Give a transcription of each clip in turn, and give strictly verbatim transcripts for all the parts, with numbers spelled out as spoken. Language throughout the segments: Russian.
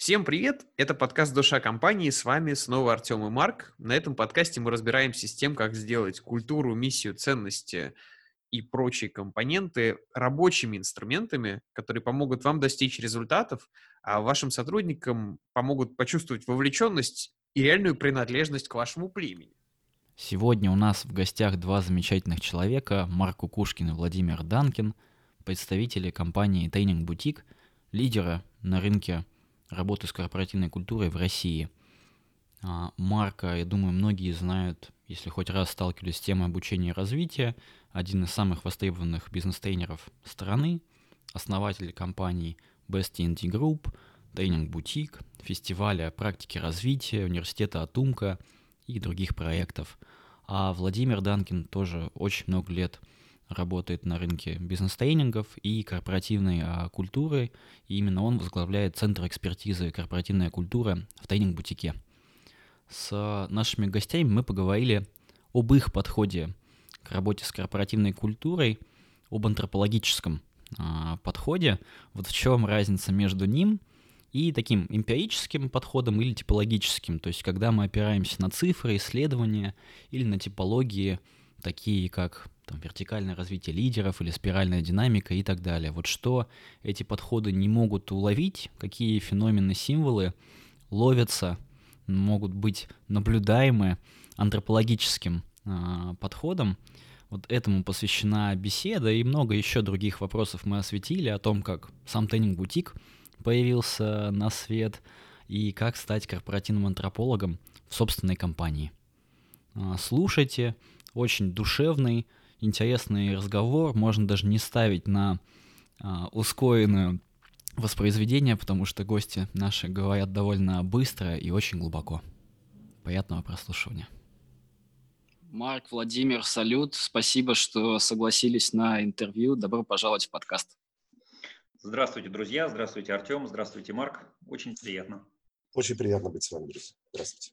Всем привет! Это подкаст «Душа компании». С вами снова Артем и Марк. На этом подкасте мы разбираемся с тем, как сделать культуру, миссию, ценности и прочие компоненты рабочими инструментами, которые помогут вам достичь результатов, а вашим сотрудникам помогут почувствовать вовлеченность и реальную принадлежность к вашему племени. Сегодня у нас в гостях два замечательных человека, Марк Кукушкин и Владимир Данкин, представители компании Training Boutique, лидера на рынке работы с корпоративной культурой в России. А, Марка, я думаю, многие знают, если хоть раз сталкивались с темой обучения и развития, один из самых востребованных бизнес-тренеров страны, основатель компаний Best ти эн ти Group, Training Boutique, фестиваля практики развития, университета Атумка и других проектов. А Владимир Данкин тоже очень много лет работает на рынке бизнес-тренингов и корпоративной а, культуры, и именно он возглавляет Центр экспертизы «Корпоративная культура» в Тренинг-бутике. С нашими гостями мы поговорили об их подходе к работе с корпоративной культурой, об антропологическом а, подходе, вот в чем разница между ним и таким эмпирическим подходом или типологическим, то есть когда мы опираемся на цифры, исследования или на типологии, такие как там, вертикальное развитие лидеров или спиральная динамика и так далее. Вот что эти подходы не могут уловить, какие феномены, символы ловятся, могут быть наблюдаемы антропологическим э, подходом. Вот этому посвящена беседа, и много еще других вопросов мы осветили о том, как сам тренинг-бутик появился на свет и как стать корпоративным антропологом в собственной компании. Слушайте, очень душевный, интересный разговор, можно даже не ставить на а, ускоренное воспроизведение, потому что гости наши говорят довольно быстро и очень глубоко. Приятного прослушивания. Марк, Владимир, салют. Спасибо, что согласились на интервью. Добро пожаловать в подкаст. Здравствуйте, друзья. Здравствуйте, Артем. Здравствуйте, Марк. Очень приятно. Очень приятно быть с вами, друзья. Здравствуйте.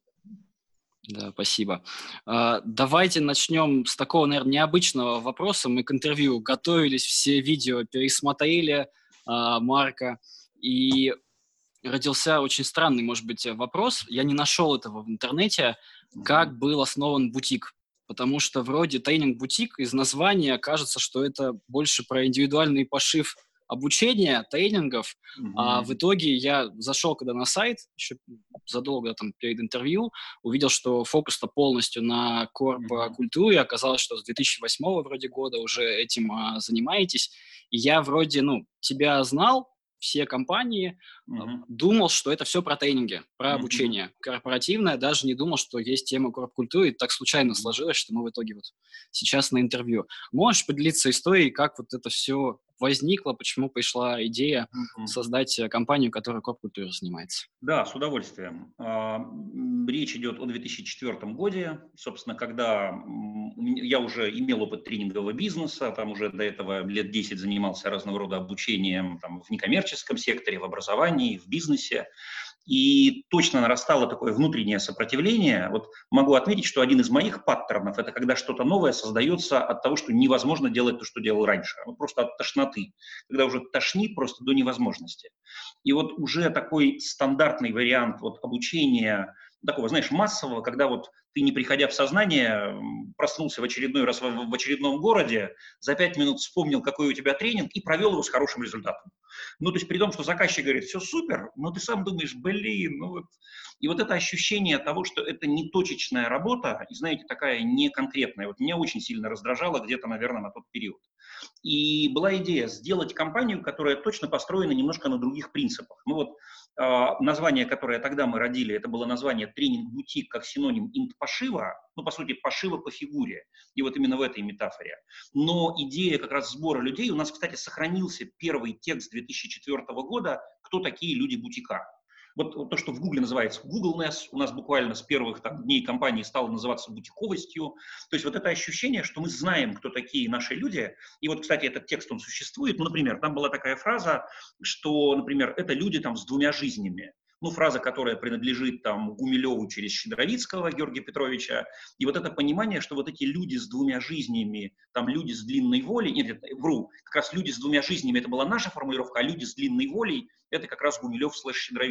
Да, спасибо. А, давайте начнем с такого, наверное, необычного вопроса. Мы к интервью готовились, все видео пересмотрели а, Марка, и родился очень странный, может быть, вопрос. Я не нашел этого в интернете. Как был основан бутик? Потому что вроде тренинг-бутик из названия кажется, что это больше про индивидуальный пошив обучения, тренингов, mm-hmm. а в итоге я зашел когда на сайт, еще задолго там перед интервью, увидел, что фокус-то полностью на корп-культуре, mm-hmm. оказалось, что с две тысячи восьмого вроде года уже этим а, занимаетесь, и я вроде, ну, тебя знал, все компании, mm-hmm. думал, что это все про тренинги, про mm-hmm. обучение корпоративное, даже не думал, что есть тема корп-культуры, и так случайно mm-hmm. сложилось, что мы в итоге вот сейчас на интервью. Можешь поделиться историей, как вот это все возникло, почему пришла идея mm-hmm. создать компанию, которая корп-культурой занимается? Да, с удовольствием. Речь идет о две тысячи четвёртом годе, собственно, когда я уже имел опыт тренингового бизнеса, там уже до этого лет десять занимался разного рода обучением там, в некоммерческом секторе, в образовании, в бизнесе. И точно нарастало такое внутреннее сопротивление. Вот могу отметить, что один из моих паттернов – это когда что-то новое создается от того, что невозможно делать то, что делал раньше. Вот просто от тошноты. Когда уже тошнит просто до невозможности. И вот уже такой стандартный вариант вот обучения, такого, знаешь, массового, когда вот ты, не приходя в сознание, проснулся в очередной раз в, в очередном городе, за пять минут вспомнил, какой у тебя тренинг, и провел его с хорошим результатом. Ну, то есть при том, что заказчик говорит, все супер, но ты сам думаешь, блин, ну вот. И вот это ощущение того, что это не точечная работа, и, знаете, такая неконкретная, вот меня очень сильно раздражало где-то, наверное, на тот период. И была идея сделать компанию, которая точно построена немножко на других принципах. Ну вот э, название, которое тогда мы родили, это было название «Тренинг-бутик» как синоним инт-пошива, ну, по сути, пошива по фигуре, и вот именно в этой метафоре. Но идея как раз сбора людей, у нас, кстати, сохранился первый текст две тысячи четвёртого года «Кто такие люди бутика?». Вот, вот то, что в Гугле называется Googleness, у нас буквально с первых там, дней компании стало называться бутиковостью. То есть вот это ощущение, что мы знаем, кто такие наши люди. И вот, кстати, этот текст, он существует. Ну, например, там была такая фраза, что, например, это люди там с двумя жизнями. Ну, фраза, которая принадлежит там Гумилеву через Щедровицкого Георгия Петровича. И вот это понимание, что вот эти люди с двумя жизнями, там люди с длинной волей, нет, нет, вру, как раз люди с двумя жизнями, это была наша формулировка, а люди с длинной волей, это как раз Гумилев слэш Щедровицкий.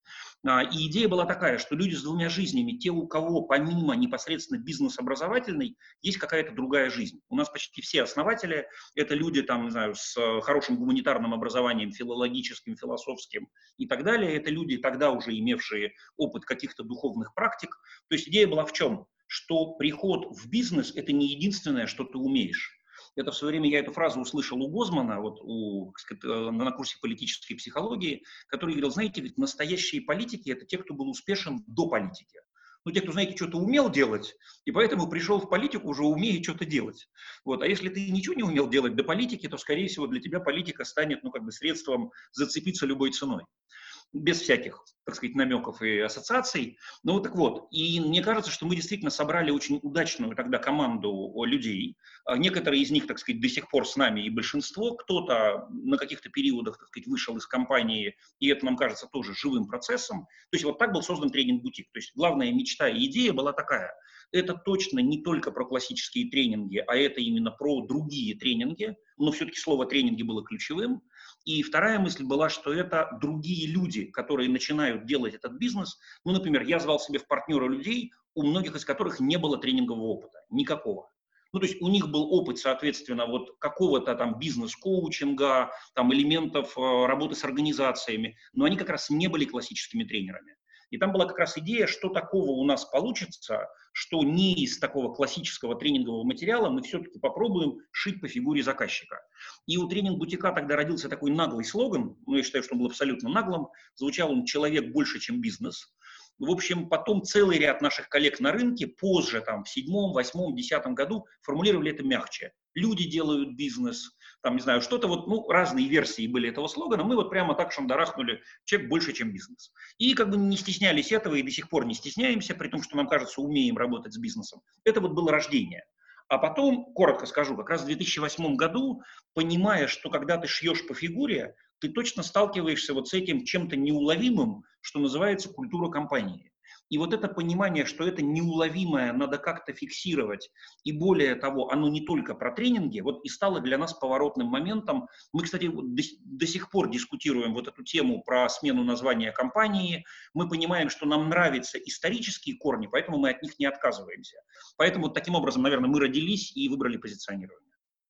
А, И идея была такая, что люди с двумя жизнями, те, у кого помимо непосредственно бизнес-образовательной, есть какая-то другая жизнь. У нас почти все основатели – это люди, там, не знаю, с хорошим гуманитарным образованием, филологическим, философским и так далее. Это люди, тогда уже имевшие опыт каких-то духовных практик. То есть идея была в чем? Что приход в бизнес – это не единственное, что ты умеешь. Это в свое время, я эту фразу услышал у Гозмана, вот у, сказать, на курсе политической психологии, который говорил, знаете, ведь настоящие политики – это те, кто был успешен до политики. Ну, те, кто, знаете, что-то умел делать, и поэтому пришел в политику, уже умеет что-то делать. Вот. А если ты ничего не умел делать до политики, то, скорее всего, для тебя политика станет, ну, как бы средством зацепиться любой ценой. Без всяких, так сказать, намеков и ассоциаций. Ну, вот так вот. И мне кажется, что мы действительно собрали очень удачную тогда команду людей. Некоторые из них, так сказать, до сих пор с нами, и большинство. Кто-то на каких-то периодах, так сказать, вышел из компании, и это нам кажется тоже живым процессом. То есть вот так был создан тренинг-бутик. То есть главная мечта и идея была такая. Это точно не только про классические тренинги, а это именно про другие тренинги. Но все-таки слово «тренинги» было ключевым. И вторая мысль была, что это другие люди, которые начинают делать этот бизнес. Ну, например, я звал себе в партнеры людей, у многих из которых не было тренингового опыта, никакого. Ну, то есть у них был опыт, соответственно, вот какого-то там бизнес-коучинга, там элементов э, работы с организациями, но они как раз не были классическими тренерами. И там была как раз идея, что такого у нас получится, что не из такого классического тренингового материала мы все-таки попробуем шить по фигуре заказчика. И у тренинг-бутика тогда родился такой наглый слоган, ну, я считаю, что он был абсолютно наглым, звучал он «человек больше, чем бизнес». В общем, потом целый ряд наших коллег на рынке позже, там, в седьмом, восьмом, десятом году формулировали это мягче. Люди делают бизнес, там, не знаю, что-то вот, ну, разные версии были этого слогана. Мы вот прямо так шандарахнули «человек больше, чем бизнес». И как бы не стеснялись этого и до сих пор не стесняемся, при том, что нам кажется, умеем работать с бизнесом. Это вот было рождение. А потом, коротко скажу, как раз в две тысячи восьмом году, понимая, что когда ты шьешь по фигуре, ты точно сталкиваешься вот с этим чем-то неуловимым, что называется культура компании. И вот это понимание, что это неуловимое надо как-то фиксировать, и более того, оно не только про тренинги, вот и стало для нас поворотным моментом. Мы, кстати, до, до сих пор дискутируем вот эту тему про смену названия компании. Мы понимаем, что нам нравятся исторические корни, поэтому мы от них не отказываемся. Поэтому вот таким образом, наверное, мы родились и выбрали позиционирование.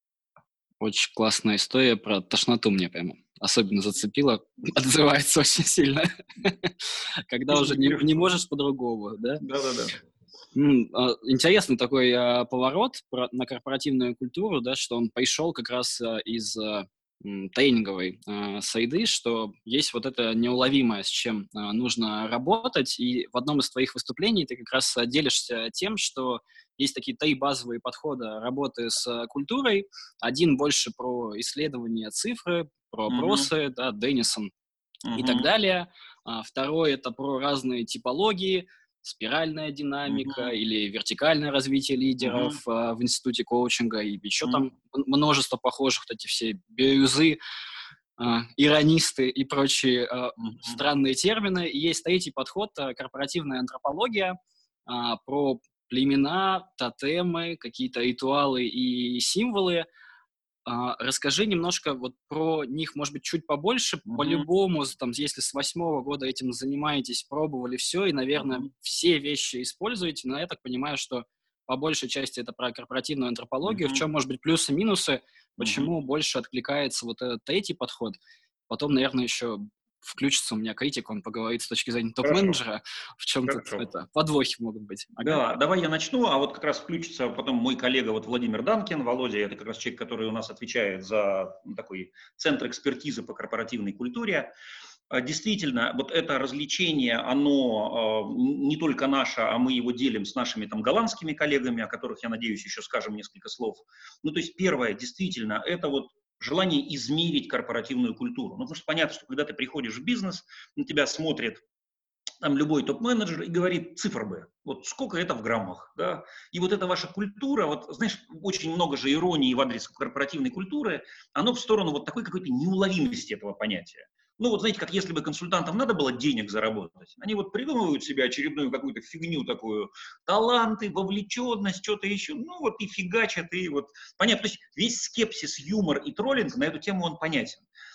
Очень классная история про тошноту мне прямо особенно зацепила, отзывается очень сильно, когда уже не, не можешь по-другому, да? Да-да-да. Интересный такой а, поворот про, на корпоративную культуру, да, что он пришел как раз а, из а, тренинговой а, среды, что есть вот это неуловимое, с чем а, нужно работать, и в одном из твоих выступлений ты как раз делишься тем, что есть такие три базовые подхода работы с культурой. Один больше про исследование цифры, про опросы, uh-huh. да, Деннисон uh-huh. и так далее. А второй — это про разные типологии, спиральная динамика uh-huh. или вертикальное развитие лидеров uh-huh. а, в институте коучинга, и еще uh-huh. там множество похожих, вот эти все бирюзы, а, иронисты и прочие а, uh-huh. странные термины. И есть третий подход, а, корпоративная антропология, а, про племена, тотемы, какие-то ритуалы и символы. А, расскажи немножко вот про них, может быть, чуть побольше. Mm-hmm. По-любому, там, если с восьмого года этим занимаетесь, пробовали все, и, наверное, mm-hmm. все вещи используете, но я так понимаю, что по большей части это про корпоративную антропологию. Mm-hmm. В чем, может быть, плюсы, минусы, почему mm-hmm. больше откликается вот этот третий подход. Потом, наверное, еще включится у меня критик, он поговорит с точки зрения топ-менеджера, в чем тут это, подвохи могут быть. Ага. Да, давай я начну, а вот как раз включится потом мой коллега вот Владимир Данкин. Володя — это как раз человек, который у нас отвечает за такой центр экспертизы по корпоративной культуре. Действительно, вот это развлечение, оно не только наше, а мы его делим с нашими там голландскими коллегами, о которых, я надеюсь, еще скажем несколько слов. Ну, то есть первое, действительно, это вот желание измерить корпоративную культуру. Ну, потому что понятно, что когда ты приходишь в бизнес, на тебя смотрит там любой топ-менеджер и говорит цифр бы, вот сколько это в граммах, да, и вот эта ваша культура, вот, знаешь, очень много же иронии в адрес корпоративной культуры, оно в сторону вот такой какой-то неуловимости этого понятия. Ну, вот знаете, как если бы консультантам надо было денег заработать, они вот придумывают себе очередную какую-то фигню такую, таланты, вовлеченность, что-то еще, ну вот и фигачат, и вот, понятно, то есть весь скепсис, юмор и троллинг на эту тему он понятен.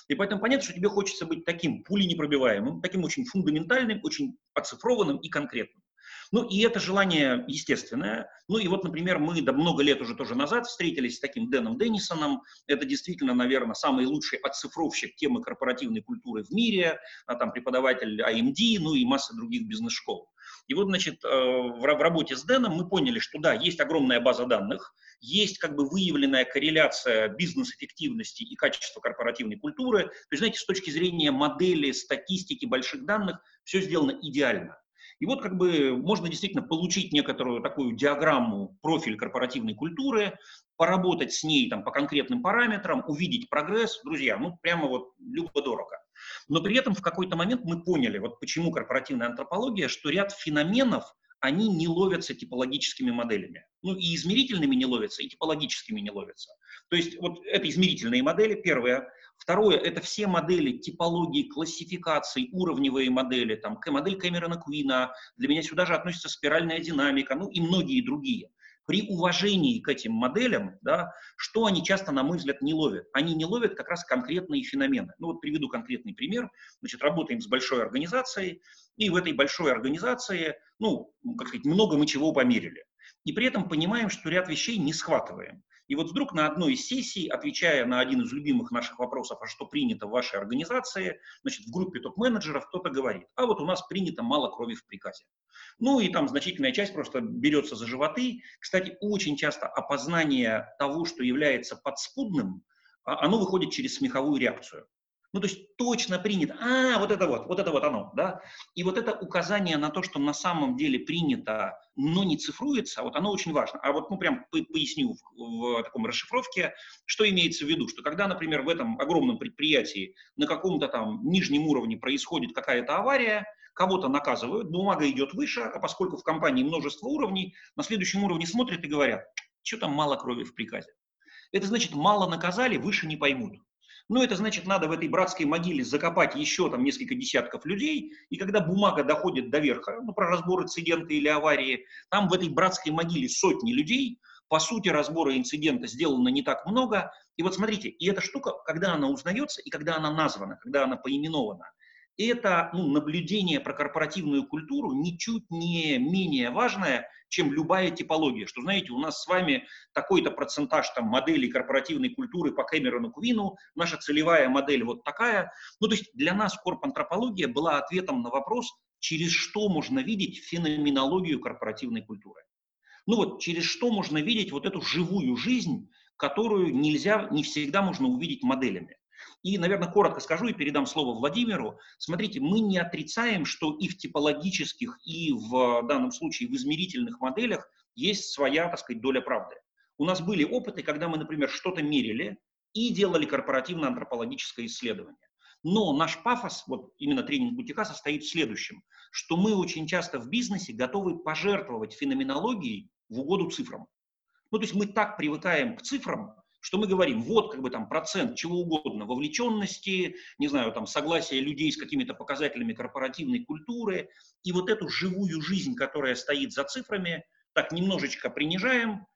И поэтому понятно, что тебе хочется быть таким пуленепробиваемым, таким очень фундаментальным, очень оцифрованным и конкретным. Ну, и это желание естественное. Ну, и вот, например, мы да, много лет уже тоже назад встретились с таким Дэном Деннисоном. Это действительно, наверное, самый лучший оцифровщик темы корпоративной культуры в мире, а там преподаватель ай эм ди, ну и масса других бизнес-школ. И вот, значит, в работе с Дэном мы поняли, что да, есть огромная база данных, есть как бы выявленная корреляция бизнес-эффективности и качества корпоративной культуры. То есть, знаете, с точки зрения модели, статистики, больших данных, все сделано идеально. И вот как бы можно действительно получить некоторую такую диаграмму, профиль корпоративной культуры, поработать с ней там, по конкретным параметрам, увидеть прогресс. Друзья, ну прямо вот любо-дорого. Но при этом в какой-то момент мы поняли, вот почему корпоративная антропология, что ряд феноменов, они не ловятся типологическими моделями. Ну и измерительными не ловятся, и типологическими не ловятся. То есть вот это измерительные модели, первое. Второе, это все модели типологии, классификации, уровневые модели, там, модель Кэмерона Куина, для меня сюда же относится спиральная динамика, ну и многие другие. При уважении к этим моделям, да, что они часто, на мой взгляд, не ловят? Они не ловят как раз конкретные феномены. Ну вот приведу конкретный пример. Значит, работаем с большой организацией, и в этой большой организации, ну, как сказать, много мы чего померили. И при этом понимаем, что ряд вещей не схватываем. И вот вдруг на одной из сессий, отвечая на один из любимых наших вопросов, а что принято в вашей организации, значит, в группе топ-менеджеров кто-то говорит, а вот у нас принято мало крови в приказе. Ну и там значительная часть просто берется за животы. Кстати, очень часто опознание того, что является подспудным, оно выходит через смеховую реакцию. Ну, то есть точно принято, а, вот это вот, вот это вот оно, да. И вот это указание на то, что на самом деле принято, но не цифруется, вот оно очень важно. А вот, ну, прям поясню в, в таком расшифровке, что имеется в виду, что когда, например, в этом огромном предприятии на каком-то там нижнем уровне происходит какая-то авария, кого-то наказывают, бумага идет выше, а поскольку в компании множество уровней, на следующем уровне смотрят и говорят, что там мало крови в приказе. Это значит, мало наказали, выше не поймут. Ну, это значит, надо в этой братской могиле закопать еще там несколько десятков людей, и когда бумага доходит до верха, ну, про разбор инцидента или аварии, там в этой братской могиле сотни людей, по сути, разбора инцидента сделано не так много. И вот смотрите, и эта штука, когда она узнается, и когда она названа, когда она поименована, это ну, наблюдение про корпоративную культуру ничуть не менее важное, чем любая типология. Что, знаете, у нас с вами такой-то процентаж там, моделей корпоративной культуры по Кэмерону Куину, наша целевая модель вот такая. Ну, то есть для нас корпантропология была ответом на вопрос, через что можно видеть феноменологию корпоративной культуры. Ну вот, через что можно видеть вот эту живую жизнь, которую нельзя, не всегда можно увидеть моделями. И, наверное, коротко скажу и передам слово Владимиру. Смотрите, мы не отрицаем, что и в типологических, и в данном случае в измерительных моделях есть своя, так сказать, доля правды. У нас были опыты, когда мы, например, что-то мерили и делали корпоративно-антропологическое исследование. Но наш пафос, вот именно тренинг бутика, состоит в следующем, что мы очень часто в бизнесе готовы пожертвовать феноменологией в угоду цифрам. Ну, то есть мы так привыкаем к цифрам, что мы говорим, вот как бы там процент чего угодно, вовлеченности, не знаю, там согласия людей с какими-то показателями корпоративной культуры, и вот эту живую жизнь, которая стоит за цифрами, так немножечко принижаем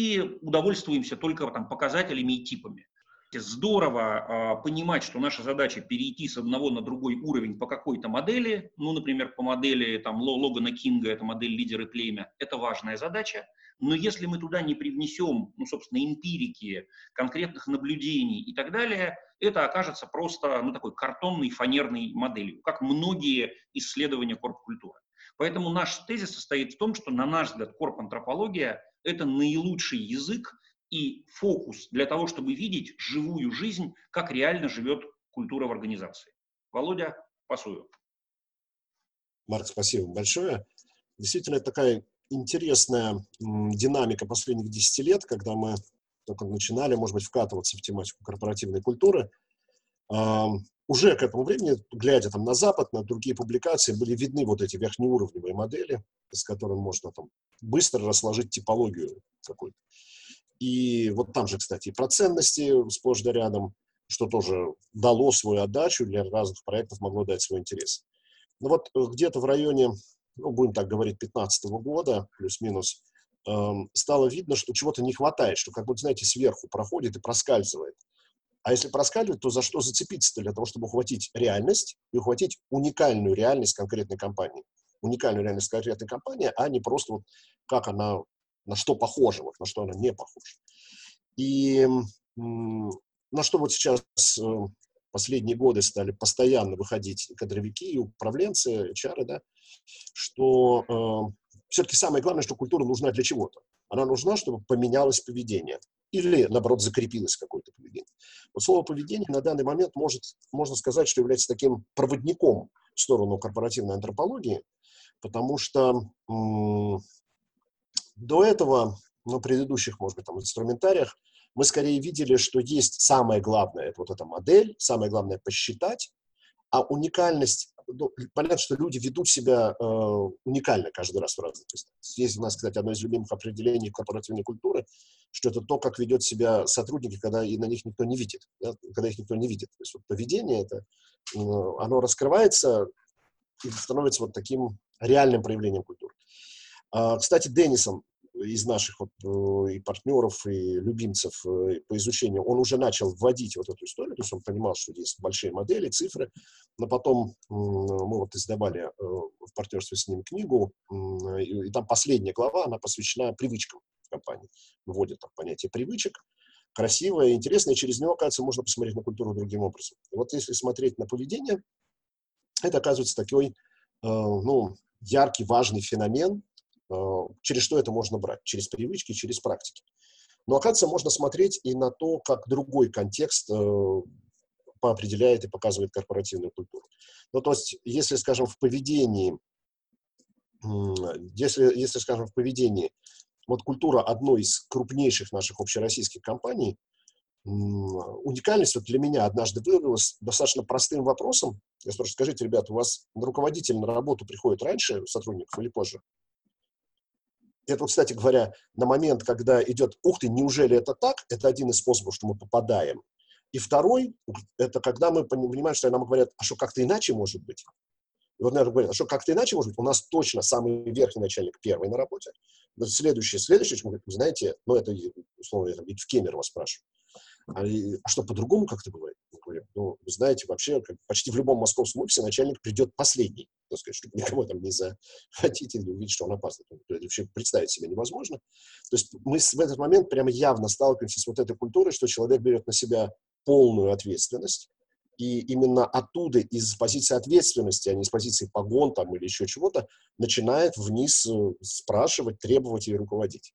и удовольствуемся только там показателями и типами. Здорово э, понимать, что наша задача перейти с одного на другой уровень по какой-то модели, ну, например, по модели там, Логана Кинга, это модель «Лидер и племя», это важная задача. Но если мы туда не привнесем, ну, собственно, эмпирики, конкретных наблюдений и так далее, это окажется просто, ну, такой картонной, фанерной моделью, как многие исследования корп-культуры. Поэтому наш тезис состоит в том, что, на наш взгляд, корп-антропология – это наилучший язык и фокус для того, чтобы видеть живую жизнь, как реально живет культура в организации. Володя, пасую. Марк, спасибо большое. Действительно, это такая интересная динамика последних десяти лет, когда мы только начинали, может быть, вкатываться в тематику корпоративной культуры. Уже к этому времени, глядя там на Запад, на другие публикации, были видны вот эти верхнеуровневые модели, с которыми можно там быстро расложить типологию какую-то. И вот там же, кстати, и про ценности сплошь да рядом, что тоже дало свою отдачу, для разных проектов могло дать свой интерес. Но вот где-то в районе, ну, будем так говорить, пятнадцатого года, плюс-минус, эм, стало видно, что чего-то не хватает, что, как будто, знаете, сверху проходит и проскальзывает. А если проскальзывать, то за что зацепиться-то? Для того, чтобы ухватить реальность и ухватить уникальную реальность конкретной компании. Уникальную реальность конкретной компании, а не просто вот как она, на что похожа, вот, на что она не похожа. И м, на что вот сейчас э, последние годы стали постоянно выходить кадровики, и управленцы, эйч ар, да, что э, все-таки самое главное, что культура нужна для чего-то. Она нужна, чтобы поменялось поведение. Или, наоборот, закрепилось какое-то поведение. Вот слово «поведение» на данный момент может, можно сказать, что является таким проводником в сторону корпоративной антропологии, потому что м- до этого, на предыдущих, может быть, там, инструментариях, мы скорее видели, что есть самое главное, это вот эта модель, самое главное посчитать, а уникальность, ну, понятно, что люди ведут себя э, уникально каждый раз в разных местах. Есть у нас, кстати, одно из любимых определений корпоративной культуры, что это то, как ведет себя сотрудники, когда и на них никто не видит, да, когда их никто не видит. То есть вот поведение это, э, оно раскрывается и становится вот таким реальным проявлением культуры. А, кстати, Деннисон из наших вот, и партнеров, и любимцев по изучению, он уже начал вводить вот эту историю, то есть он понимал, что есть большие модели, цифры, но потом мы вот издавали в партнерстве с ним книгу, и там последняя глава, она посвящена привычкам в компании, вводит там понятие привычек, красивое, интересное, и через него, оказывается, можно посмотреть на культуру другим образом. И вот если смотреть на поведение, это оказывается такой, ну, яркий, важный феномен, через что это можно брать? Через привычки, через практики. Но, оказывается, можно смотреть и на то, как другой контекст э, поопределяет и показывает корпоративную культуру. Ну, то есть, если, скажем, в поведении, э, если, если, скажем, в поведении, вот культура одной из крупнейших наших общероссийских компаний, э, уникальность вот для меня однажды выявилась достаточно простым вопросом. Я спрашиваю, скажите, ребята, у вас руководитель на работу приходит раньше сотрудников или позже? Это, кстати говоря, на момент, когда идет «ух ты, неужели это так?», это один из способов, что мы попадаем. И второй, это когда мы понимаем, что нам говорят, а что, как-то иначе может быть? И вот, наверное, говорят, а что, как-то иначе может быть? У нас точно самый верхний начальник первый на работе. Следующий, следующий, что мы говорим, знаете, ну, это, условно, я в Кемерово спрашиваю. А, а что, по-другому как-то бывает? Мы говорим, ну, вы знаете, вообще как, почти в любом московском офисе начальник придет последний, так сказать, чтобы никого там не захватить или увидеть, что он опаздывает. Это вообще представить себе невозможно. То есть мы в этот момент прямо явно сталкиваемся с вот этой культурой, что человек берет на себя полную ответственность, и именно оттуда, из позиции ответственности, а не из позиции погон там, или еще чего-то, начинает вниз спрашивать, требовать и руководить.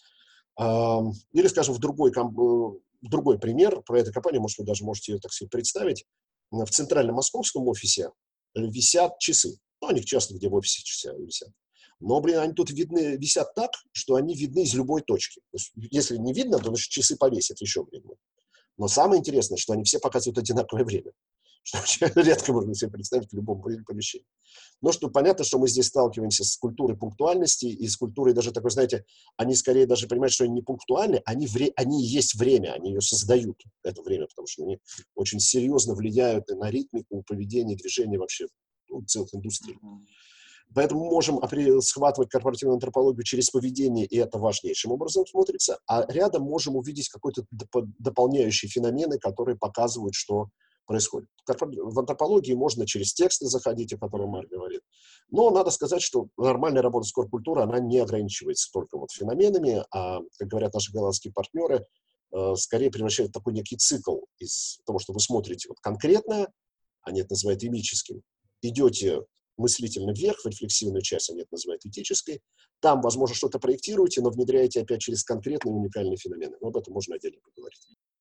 Или, скажем, в другой компании, другой пример про эту компанию, может, вы даже можете ее, так сказать, представить. В центральном московском офисе висят часы. Ну, они часто где в офисе часы висят. Но, блин, они тут видны, висят так, что они видны из любой точки. То есть, если не видно, то значит, часы повесят еще, блин. Но самое интересное, что они все показывают одинаковое время. Что очень редко можно себе представить в любом помещении. Но что понятно, что мы здесь сталкиваемся с культурой пунктуальности и с культурой даже такой, знаете, они скорее даже понимают, что они не пунктуальны, они, вре- они и есть время, они ее создают, это время, потому что они очень серьезно влияют на ритмику, поведение, движение вообще ну, целых индустрий. Поэтому мы можем схватывать корпоративную антропологию через поведение, и это важнейшим образом смотрится, а рядом можем увидеть какие-то доп- дополняющие феномены, которые показывают, что происходит. В антропологии можно через тексты заходить, о которых Марк говорит. Но надо сказать, что нормальная работа с корпкультурой, она не ограничивается только вот феноменами, а, как говорят наши голландские партнеры, э, скорее превращает в такой некий цикл из того, что вы смотрите вот конкретное, они это называют эмическим, идете мыслительно вверх, в рефлексивную часть, они это называют этической, там, возможно, что-то проектируете, но внедряете опять через конкретные уникальные феномены. Но об этом можно отдельно поговорить.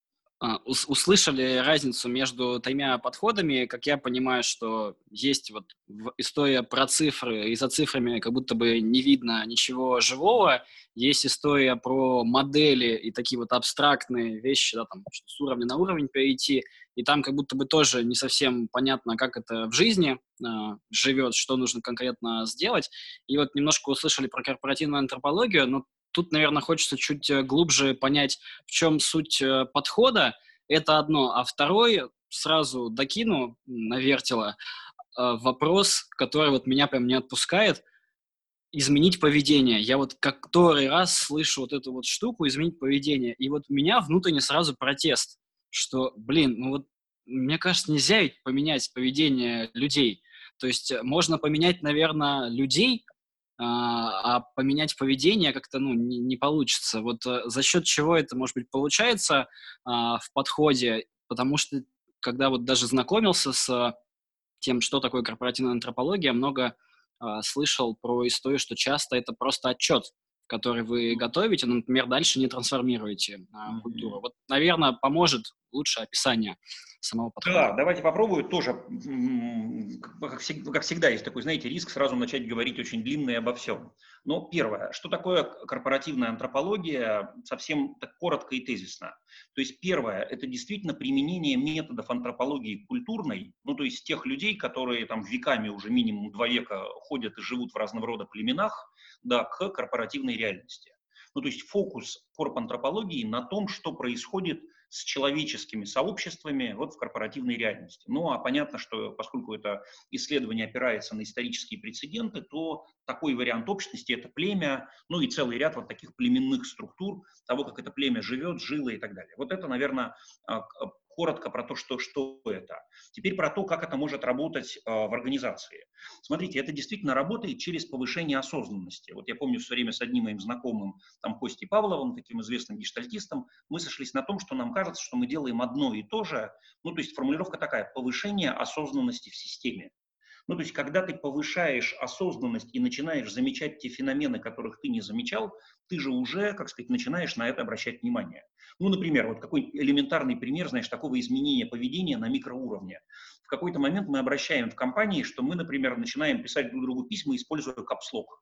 Услышали разницу между тремя подходами. Как я понимаю, что есть вот история про цифры, и за цифрами как будто бы не видно ничего живого. Есть история про модели и такие вот абстрактные вещи, да, там, с уровня на уровень перейти. И там как будто бы тоже не совсем понятно, как это в жизни э, живет, что нужно конкретно сделать. И вот немножко услышали про корпоративную антропологию, но тут, наверное, хочется чуть глубже понять, в чем суть подхода. Это одно. А второй, сразу докину на вертело, вопрос, который вот меня прям не отпускает. Изменить поведение. Я вот который раз слышу вот эту вот штуку, изменить поведение. И вот у меня внутренне сразу протест, что, блин, ну вот, мне кажется, нельзя ведь поменять поведение людей. То есть э, можно поменять, наверное, людей, а, а поменять поведение как-то, ну, не, не получится. Вот э, за счет чего это, может быть, получается а, в подходе, потому что когда вот даже знакомился с тем, что такое корпоративная антропология, много а, слышал про историю, что часто это просто отчет, который вы готовите, но, например, дальше не трансформируете а, культуру. Вот, наверное, поможет лучше описание самого Да, подхода. давайте попробую тоже. м, Как всег- как всегда, есть такой, знаете, риск сразу начать говорить очень длинно и обо всем. Но первое, что такое корпоративная антропология, совсем так коротко и тезисно. То есть первое, это действительно применение методов антропологии культурной, ну то есть тех людей, которые там веками, уже минимум два века ходят и живут в разного рода племенах, да, к корпоративной реальности. Ну то есть фокус корп-антропологии на том, что происходит с человеческими сообществами вот в корпоративной реальности. Ну, а понятно, что поскольку это исследование опирается на исторические прецеденты, то такой вариант общности – это племя, ну и целый ряд вот таких племенных структур, того, как это племя живет, жило и так далее. Вот это, наверное, коротко про то, что, что это. Теперь про то, как это может работать э, в организации. Смотрите, это действительно работает через повышение осознанности. Вот я помню, все время с одним моим знакомым, там, Костей Павловым, таким известным гештальтистом, мы сошлись на том, что нам кажется, что мы делаем одно и то же. Ну, то есть формулировка такая: повышение осознанности в системе. Ну, то есть, когда ты повышаешь осознанность и начинаешь замечать те феномены, которых ты не замечал, ты же уже, как сказать, начинаешь на это обращать внимание. Ну, например, вот какой элементарный пример, знаешь, такого изменения поведения на микроуровне. В какой-то момент мы обращаем в компании, что мы, например, начинаем писать друг другу письма, используя капслок.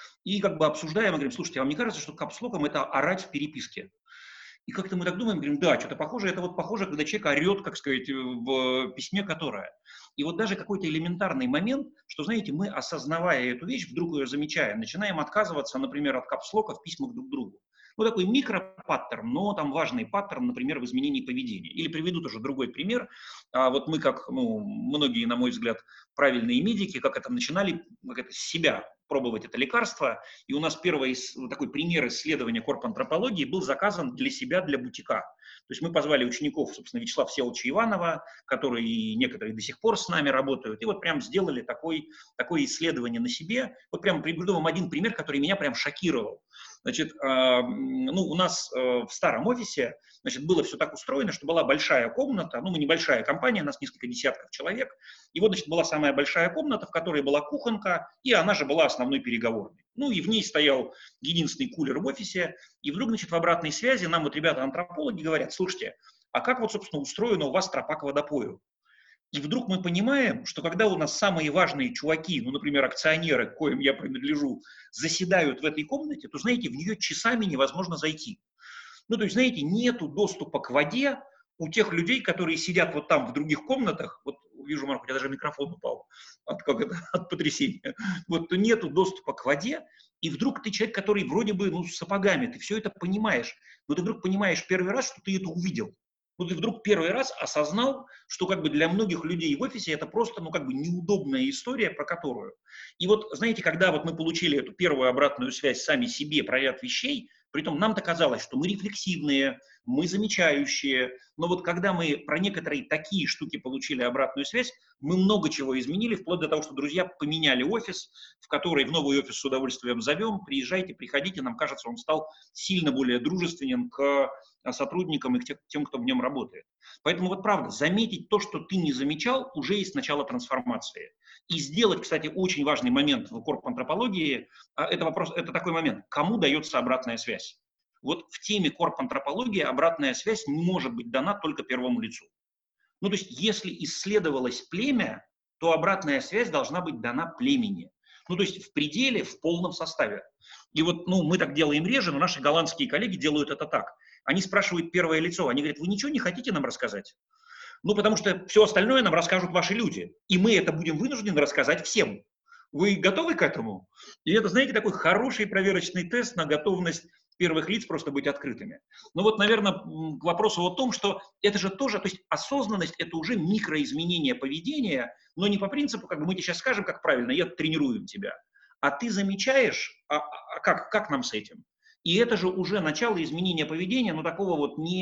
И как бы обсуждаем, и говорим: слушайте, а вам не кажется, что капслоком это орать в переписке? И как-то мы так думаем, говорим: да, что-то похоже, это вот похоже, когда человек орет, как сказать, в письме, которое. И вот даже какой-то элементарный момент, что, знаете, мы, осознавая эту вещь, вдруг ее замечаем, начинаем отказываться, например, от капслока в письмах друг к другу. Ну, такой микропаттерн, но там важный паттерн, например, в изменении поведения. Или приведу тоже другой пример. А вот мы, как, ну, многие, на мой взгляд, правильные медики, как это начинали, как это, с себя пробовать это лекарство. И у нас первый такой пример исследования корп-антропологии был заказан для себя, для бутика. То есть мы позвали учеников, собственно, Вячеслава Всеволодовича Иванова, которые некоторые до сих пор с нами работают, и вот прям сделали такой, такое исследование на себе. Вот прям приведу вам один пример, который меня прям шокировал. Значит, э, ну, у нас э, в старом офисе, значит, было все так устроено, что была большая комната, ну, мы небольшая компания, у нас несколько десятков человек, и вот, значит, была самая большая комната, в которой была кухонка, и она же была основной переговорной. Ну, и в ней стоял единственный кулер в офисе, и вдруг, значит, в обратной связи нам вот ребята-антропологи говорят: слушайте, а как вот, собственно, устроена у вас тропа к водопою? И вдруг мы понимаем, что когда у нас самые важные чуваки, ну, например, акционеры, к коим я принадлежу, заседают в этой комнате, то, знаете, в нее часами невозможно зайти. Ну, то есть, знаете, нету доступа к воде у тех людей, которые сидят вот там в других комнатах. Вот вижу, Марк, у тебя даже микрофон упал от, как это, от потрясения. Вот нету доступа к воде, и вдруг ты человек, который вроде бы, ну, с сапогами, ты все это понимаешь, но ты вдруг понимаешь первый раз, что ты это увидел. Ну, ты вдруг первый раз осознал, что как бы для многих людей в офисе это просто, ну, как бы неудобная история, про которую. И вот, знаете, когда вот мы получили эту первую обратную связь сами себе про ряд вещей, притом нам-то казалось, что мы рефлексивные, мы замечающие, но вот когда мы про некоторые такие штуки получили обратную связь, мы много чего изменили, вплоть до того, что друзья поменяли офис, в который в новый офис с удовольствием зовем: приезжайте, приходите, нам кажется, он стал сильно более дружественен к сотрудникам и к тем, кто в нем работает. Поэтому вот правда, заметить то, что ты не замечал, уже есть начало трансформации. И сделать, кстати, очень важный момент в корп-антропологии, это вопрос, это такой момент: кому дается обратная связь? Вот в теме корп-антропологии обратная связь не может быть дана только первому лицу. Ну, то есть, если исследовалось племя, то обратная связь должна быть дана племени. Ну, то есть, в пределе, в полном составе. И вот, ну, мы так делаем реже, но наши голландские коллеги делают это так. Они спрашивают первое лицо, они говорят: вы ничего не хотите нам рассказать? Ну, потому что все остальное нам расскажут ваши люди, и мы это будем вынуждены рассказать всем. Вы готовы к этому? И это, знаете, такой хороший проверочный тест на готовность первых лиц просто быть открытыми. Ну вот, наверное, к вопросу о том, что это же тоже, то есть осознанность – это уже микроизменение поведения, но не по принципу, как бы мы тебе сейчас скажем, как правильно, я тренируем тебя, а ты замечаешь, а, а как, как нам с этим? И это же уже начало изменения поведения, но такого вот не,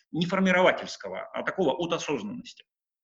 не формировательского, а такого от осознанности.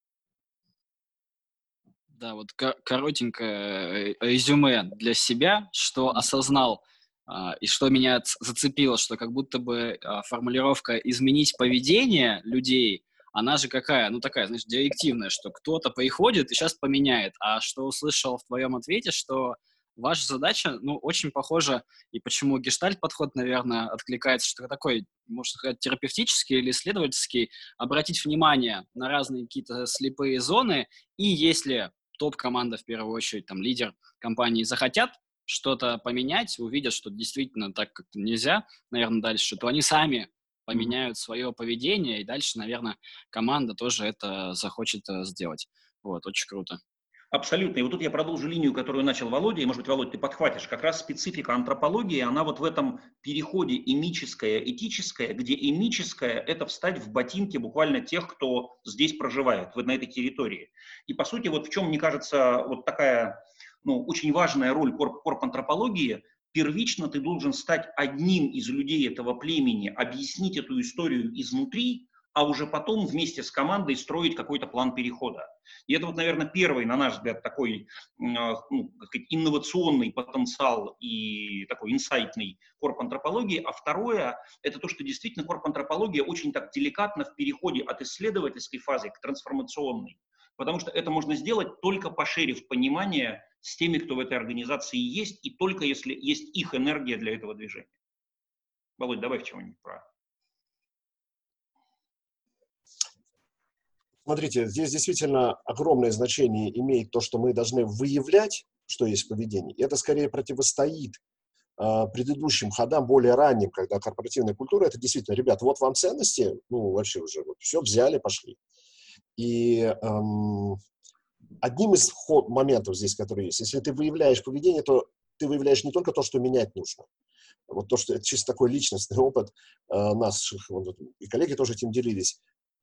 Да, вот ко- коротенькое э, резюме для себя, что осознал а, и что меня ц- зацепило, что как будто бы а, формулировка «изменить поведение людей», она же какая? Ну, такая, знаешь, директивная, что кто-то приходит и сейчас поменяет. А что услышал в твоем ответе, что ваша задача, ну, очень похожа, и почему гештальт-подход, наверное, откликается, что такой, можно сказать, терапевтический или исследовательский, обратить внимание на разные какие-то слепые зоны, и если топ-команда, в первую очередь, там, лидер компании, захотят что-то поменять, увидят, что действительно так как-то нельзя, наверное, дальше, то они сами поменяют свое поведение, и дальше, наверное, команда тоже это захочет э, сделать. Вот, очень круто. Абсолютно. И вот тут я продолжу линию, которую начал Володя, и, может быть, Володя, ты подхватишь. Как раз специфика антропологии, она вот в этом переходе эмическое, этическое, где эмическое – это встать в ботинки буквально тех, кто здесь проживает, вот на этой территории. И, по сути, вот в чем, мне кажется, вот такая, ну, очень важная роль корп, корп-антропологии. Первично ты должен стать одним из людей этого племени, объяснить эту историю изнутри, а уже потом вместе с командой строить какой-то план перехода. И это вот, наверное, первый, на наш взгляд, такой ну, как сказать, инновационный потенциал и такой инсайтный корп-антропологии. А второе, это то, что действительно корп-антропология очень так деликатно в переходе от исследовательской фазы к трансформационной. Потому что это можно сделать только поширив понимание с теми, кто в этой организации есть, и только если есть их энергия для этого движения. Володь, добавь чего-нибудь про... Смотрите, здесь действительно огромное значение имеет то, что мы должны выявлять, что есть в поведении. И это скорее противостоит э, предыдущим ходам, более ранним, когда корпоративная культура, это действительно, ребят, вот вам ценности, ну, вообще уже вот, все взяли, пошли. И эм, одним из моментов здесь, которые есть, если ты выявляешь поведение, то ты выявляешь не только то, что менять нужно. Вот то, что это чисто такой личностный опыт э, наших, вот, и коллеги тоже этим делились,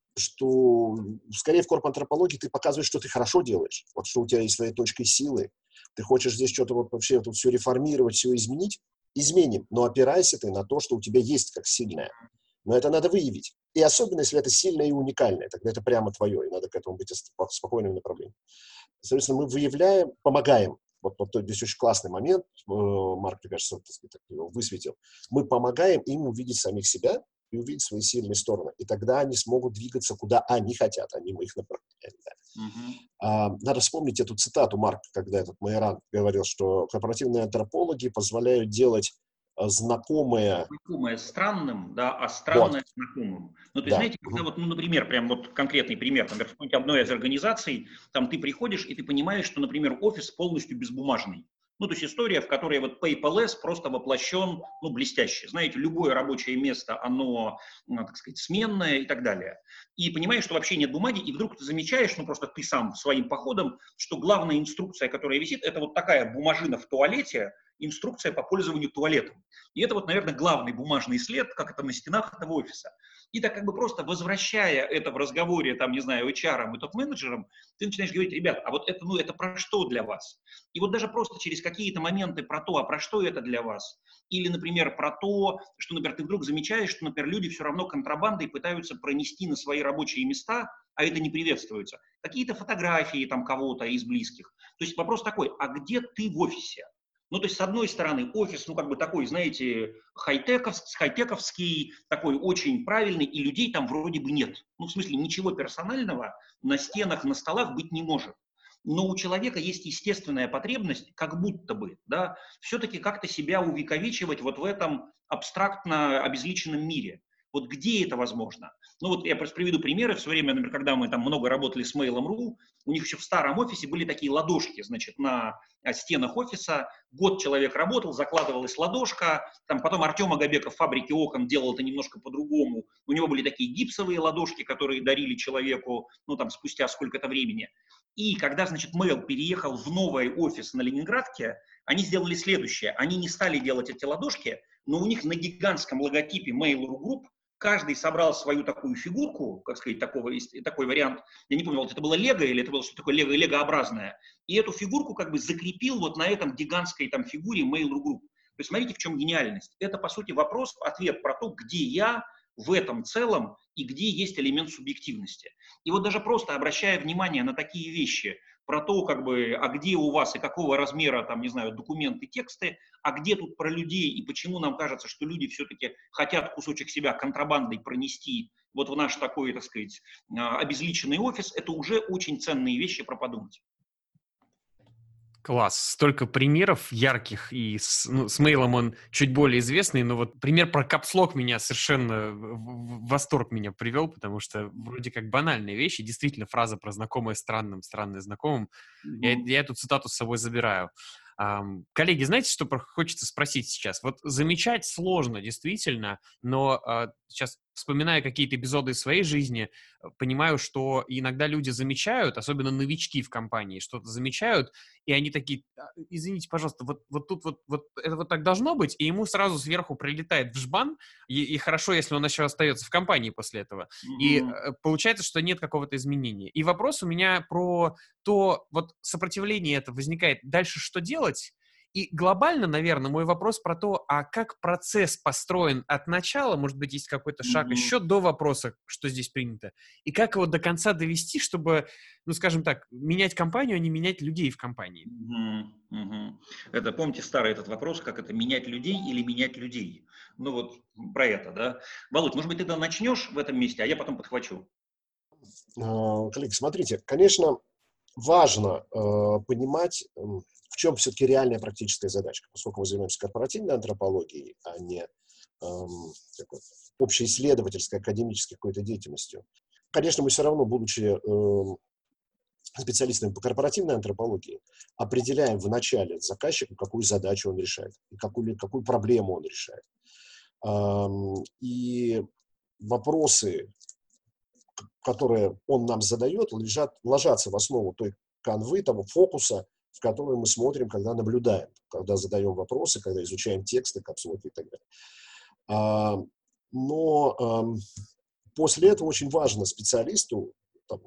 что скорее в корп-антропологии ты показываешь, что ты хорошо делаешь, вот что у тебя есть своя точка силы, ты хочешь здесь что-то вот вообще тут все реформировать, все изменить, изменим, но опирайся ты на то, что у тебя есть как сильное. Но это надо выявить. И особенно, если это сильное и уникальное, тогда это прямо твое, и надо к этому быть спокойным направлением. Соответственно, мы выявляем, помогаем. Вот, вот здесь очень классный момент, Марк, мне кажется, так сказать, его высветил. Мы помогаем им увидеть самих себя и увидеть свои сильные стороны. И тогда они смогут двигаться, куда они хотят, они мы их направляем. Да. Uh-huh. А, надо вспомнить эту цитату Марка, когда этот Майоран говорил, что корпоративные антропологи позволяют делать знакомое... Знакомое странным, да, а странное вот. Знакомым. Ну, то есть, да. Знаете, когда вот, ну, например, прям вот конкретный пример, например, в какой-нибудь одной из организаций, там ты приходишь, и ты понимаешь, что, например, офис полностью безбумажный. Ну, то есть история, в которой вот paperless просто воплощен, ну, блестяще. Знаете, любое рабочее место, оно, ну, так сказать, сменное и так далее. И понимаешь, что вообще нет бумаги, и вдруг ты замечаешь, ну, просто ты сам своим походом, что главная инструкция, которая висит, это вот такая бумажина в туалете, инструкция по пользованию туалетом. И это вот, наверное, главный бумажный след, как это на стенах этого офиса. И так как бы просто возвращая это в разговоре, там, не знаю, эйч ар и топ-менеджерам, ты начинаешь говорить, ребят, а вот это, ну, это про что для вас? И вот даже просто через какие-то моменты про то, а про что это для вас? Или, например, про то, что, например, ты вдруг замечаешь, что, например, люди все равно контрабандой пытаются пронести на свои рабочие места, а это не приветствуется. Какие-то фотографии там кого-то из близких. То есть вопрос такой, а где ты в офисе? Ну, то есть, с одной стороны, офис, ну, как бы такой, знаете, хай-тековский, хай-тековский, такой очень правильный, и людей там вроде бы нет. Ну, в смысле, ничего персонального на стенах, на столах быть не может. Но у человека есть естественная потребность, как будто бы, да, все-таки как-то себя увековечивать вот в этом абстрактно обезличенном мире. Вот где это возможно? Ну вот я просто приведу примеры. В свое время, например, когда мы там много работали с Mail точка ру, у них еще в старом офисе были такие ладошки, значит, на стенах офиса. Год человек работал, закладывалась ладошка. Там потом Артем Агабеков в фабрике окон делал это немножко по-другому. У него были такие гипсовые ладошки, которые дарили человеку, ну там спустя сколько-то времени. И когда, значит, Mail переехал в новый офис на Ленинградке, они сделали следующее. Они не стали делать эти ладошки, но у них на гигантском логотипе Mail точка ру Group каждый собрал свою такую фигурку, как сказать, такого, такой вариант. Я не помню, вот это было лего или это было что-то такое лего, легообразное. И эту фигурку как бы закрепил вот на этом гигантской там фигуре Mail точка ру Group. То есть смотрите, в чем гениальность. Это, по сути, вопрос, ответ про то, где я, в этом целом и где есть элемент субъективности. И вот даже просто обращая внимание на такие вещи, про то, как бы, а где у вас и какого размера, там, не знаю, документы, тексты, а где тут про людей и почему нам кажется, что люди все-таки хотят кусочек себя контрабандой пронести вот в наш такой, так сказать, обезличенный офис, это уже очень ценные вещи про подумать. Класс. Столько примеров ярких, и с, ну, с мейлом он чуть более известный, но вот пример про капслок меня совершенно в, в восторг меня привел, потому что вроде как банальные вещи, действительно фраза про знакомое странным, странное знакомым, mm-hmm. я, я эту цитату с собой забираю. Um, коллеги, знаете, что хочется спросить сейчас? Вот замечать сложно, действительно, но uh, сейчас, вспоминая какие-то эпизоды из своей жизни, понимаю, что иногда люди замечают, особенно новички в компании, что-то замечают, и они такие, извините, пожалуйста, вот, вот тут вот, вот это вот так должно быть, и ему сразу сверху прилетает в жбан, и, и хорошо, если он еще остается в компании после этого. Mm-hmm. И uh, получается, что нет какого-то изменения. И вопрос у меня про то, вот сопротивление это возникает, дальше что делать? И глобально, наверное, мой вопрос про то, а как процесс построен от начала, может быть, есть какой-то шаг mm-hmm. еще до вопроса, что здесь принято, и как его до конца довести, чтобы, ну, скажем так, менять компанию, а не менять людей в компании. Mm-hmm. Mm-hmm. Это, помните, старый этот вопрос, как это, менять людей или менять людей? Ну, вот про это, да. Володь, может быть, ты начнешь в этом месте, а я потом подхвачу. Коллеги, смотрите, конечно, важно э, понимать, э, в чем все-таки реальная практическая задача, поскольку мы занимаемся корпоративной антропологией, а не э, такой общеисследовательской, академической какой-то деятельностью. Конечно, мы все равно, будучи э, специалистами по корпоративной антропологии, определяем в начале заказчику, какую задачу он решает, и какую, какую проблему он решает. Э, и вопросы, которые он нам задает, лежат, ложатся в основу той канвы, того фокуса, в который мы смотрим, когда наблюдаем, когда задаем вопросы, когда изучаем тексты, капслоки и так далее. А, но а, после этого очень важно специалисту, там,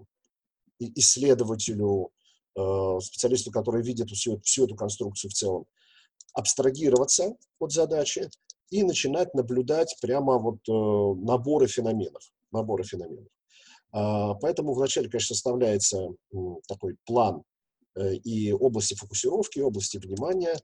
исследователю, а, специалисту, который видит всю, всю эту конструкцию в целом, абстрагироваться от задачи и начинать наблюдать прямо вот а, наборы феноменов. Наборы феноменов. Поэтому вначале, конечно, составляется такой план и области фокусировки, и области внимания.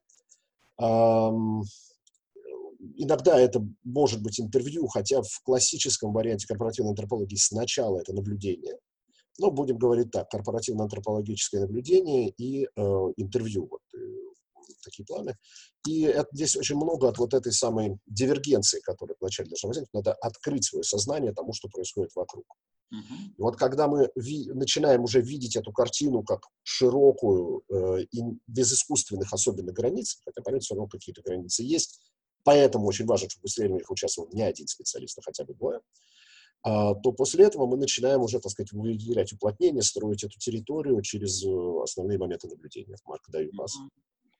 Иногда это может быть интервью, хотя в классическом варианте корпоративной антропологии сначала это наблюдение. Но будем говорить так, корпоративно-антропологическое наблюдение и э, интервью. Вот, э, такие планы. И это, здесь очень много от вот этой самой дивергенции, которая вначале должна возникнуть. Надо открыть свое сознание тому, что происходит вокруг. Uh-huh. И вот когда мы ви- начинаем уже видеть эту картину как широкую э, и без искусственных особенных границ, хотя, понятно, все равно какие-то границы есть, поэтому очень важно, чтобы в исследованиях участвовал не один специалист, а хотя бы двое, а, то после этого мы начинаем уже, так сказать, выделять уплотнение, строить эту территорию через основные моменты наблюдения. Марк, даю пас. Uh-huh.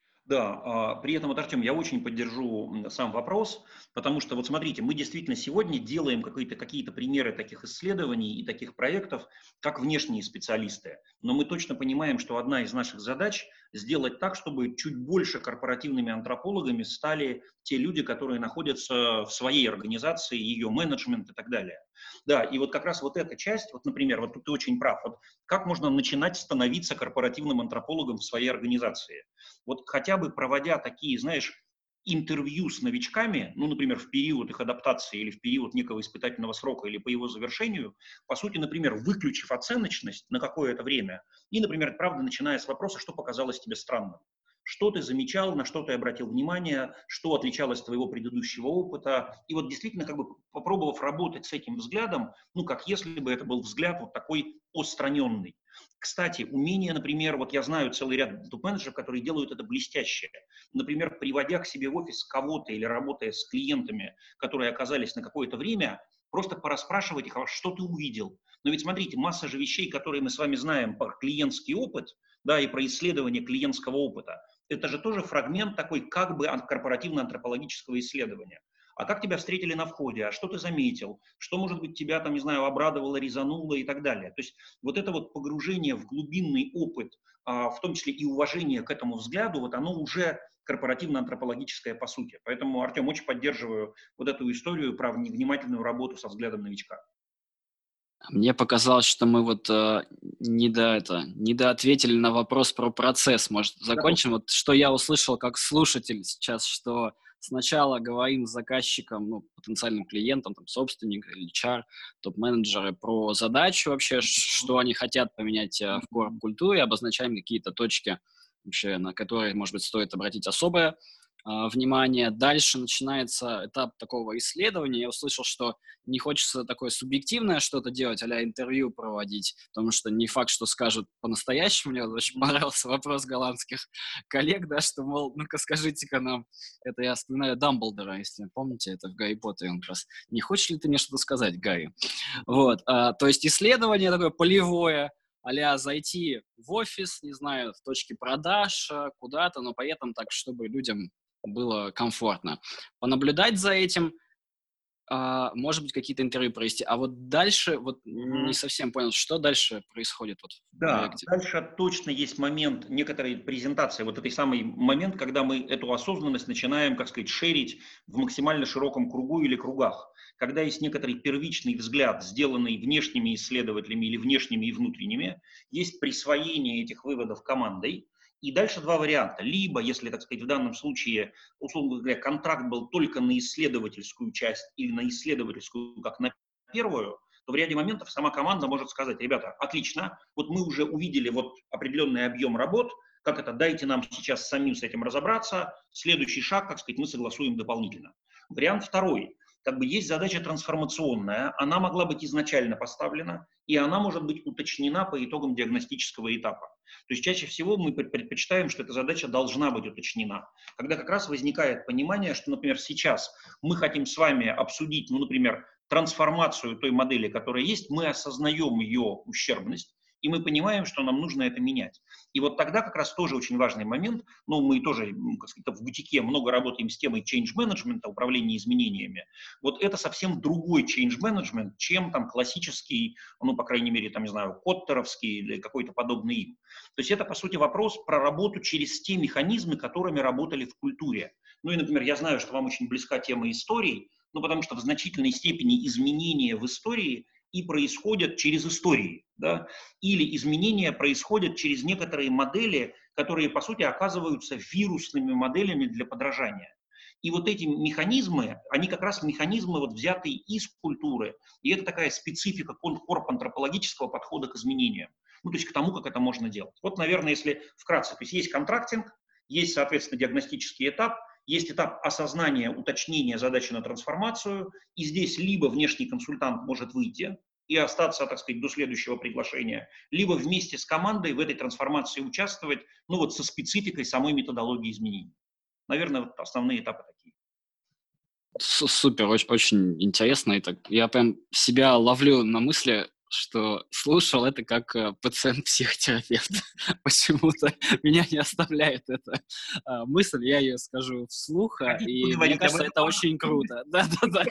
Да, при этом, вот, Артем, я очень поддержу сам вопрос, потому что, вот смотрите, мы действительно сегодня делаем какие-то, какие-то примеры таких исследований и таких проектов, как внешние специалисты. Но мы точно понимаем, что одна из наших задач – сделать так, чтобы чуть больше корпоративными антропологами стали те люди, которые находятся в своей организации, ее менеджмент и так далее. Да, и вот как раз вот эта часть, вот, например, вот тут ты очень прав, вот как можно начинать становиться корпоративным антропологом в своей организации? Вот хотя бы проводя такие, знаешь, интервью с новичками, ну, например, в период их адаптации или в период некого испытательного срока или по его завершению, по сути, например, выключив оценочность на какое-то время и, например, правда, начиная с вопроса, что показалось тебе странным. Что ты замечал, на что ты обратил внимание, что отличалось от твоего предыдущего опыта. И вот действительно, как бы попробовав работать с этим взглядом, ну, как если бы это был взгляд вот такой отстраненный. Кстати, умение, например, вот я знаю целый ряд топ-менеджеров, которые делают это блестяще. Например, приводя к себе в офис кого-то или работая с клиентами, которые оказались на какое-то время, просто порасспрашивать их, что ты увидел. Но ведь смотрите, масса же вещей, которые мы с вами знаем про клиентский опыт, да, и про исследование клиентского опыта, это же тоже фрагмент такой как бы корпоративно-антропологического исследования. а как тебя встретили на входе, а что ты заметил, что, может быть, тебя там, не знаю, обрадовало, резануло и так далее. То есть вот это вот погружение в глубинный опыт, в том числе и уважение к этому взгляду, вот оно уже корпоративно-антропологическое по сути. Поэтому, Артем, очень поддерживаю вот эту историю про внимательную работу со взглядом новичка. Мне показалось, что мы вот э, не до это, не доответили на вопрос про процесс. Может, закончим? Вот что я услышал как слушатель сейчас, что сначала говорим с заказчиком, ну, потенциальным клиентом, там, собственник или эйч ар, топ-менеджеры про задачу вообще, что они хотят поменять э, в корп-культуре, обозначаем какие-то точки, вообще, на которые, может быть, стоит обратить особое внимание. Дальше начинается этап такого исследования. Я услышал, что не хочется такое субъективное что-то делать, а-ля интервью проводить, потому что не факт, что скажут по-настоящему. Мне очень понравился вопрос голландских коллег, да, что, мол, ну-ка скажите-ка нам, это я вспоминаю Дамблдора, если помните, это в Гарри Поттере он как раз, не хочешь ли ты мне что-то сказать, Гарри? Вот, а, то есть исследование такое полевое, а-ля зайти в офис, не знаю, в точке продаж куда-то, но при этом так, чтобы людям было комфортно. Понаблюдать за этим, а, может быть, какие-то интервью провести. А вот дальше, вот mm-hmm. не совсем понял, что дальше происходит вот в да, проекте. Дальше точно есть момент некоторой презентации, вот этот самый момент, когда мы эту осознанность начинаем, как сказать, шерить в максимально широком кругу или кругах. Когда есть некоторый первичный взгляд, сделанный внешними исследователями или внешними и внутренними, есть присвоение этих выводов командой. И дальше два варианта. Либо, если, так сказать, в данном случае, условно говоря, контракт был только на исследовательскую часть или на исследовательскую, как на первую, то в ряде моментов сама команда может сказать: ребята, отлично, вот мы уже увидели вот определенный объем работ, как это, дайте нам сейчас самим с этим разобраться, следующий шаг, так сказать, мы согласуем дополнительно. Вариант второй. Как бы есть задача трансформационная, она могла быть изначально поставлена, и она может быть уточнена по итогам диагностического этапа. То есть чаще всего мы предпочитаем, что эта задача должна быть уточнена. Когда как раз возникает понимание, что, например, сейчас мы хотим с вами обсудить, ну, например, трансформацию той модели, которая есть, мы осознаем ее ущербность, и мы понимаем, что нам нужно это менять. И вот тогда как раз тоже очень важный момент, ну, мы тоже, как сказать, в бутике много работаем с темой change management, управления изменениями. Вот это совсем другой change management, чем там классический, ну, по крайней мере, там, не знаю, коттеровский или какой-то подобный им. То есть это, по сути, вопрос про работу через те механизмы, которыми работали в культуре. Ну и, например, я знаю, что вам очень близка тема историй, ну, потому что в значительной степени изменения в истории и происходят через истории, да? Или изменения происходят через некоторые модели, которые, по сути, оказываются вирусными моделями для подражания. И вот эти механизмы, они как раз механизмы, вот, взятые из культуры, и это такая специфика корп-антропологического подхода к изменениям, ну, то есть к тому, как это можно делать. Вот, наверное, если вкратце, то есть есть контрактинг, есть, соответственно, диагностический этап, есть этап осознания, уточнения задачи на трансформацию, и здесь либо внешний консультант может выйти и остаться, так сказать, до следующего приглашения, либо вместе с командой в этой трансформации участвовать, ну вот со спецификой самой методологии изменений. Наверное, вот основные этапы такие. Супер, очень, очень интересно. Это, я прям себя ловлю на мысли, что слушал это как э, пациент-психотерапевт. Почему-то меня не оставляет эта э, мысль, я ее скажу вслух, и мне кажется, это очень круто. Да-да-да.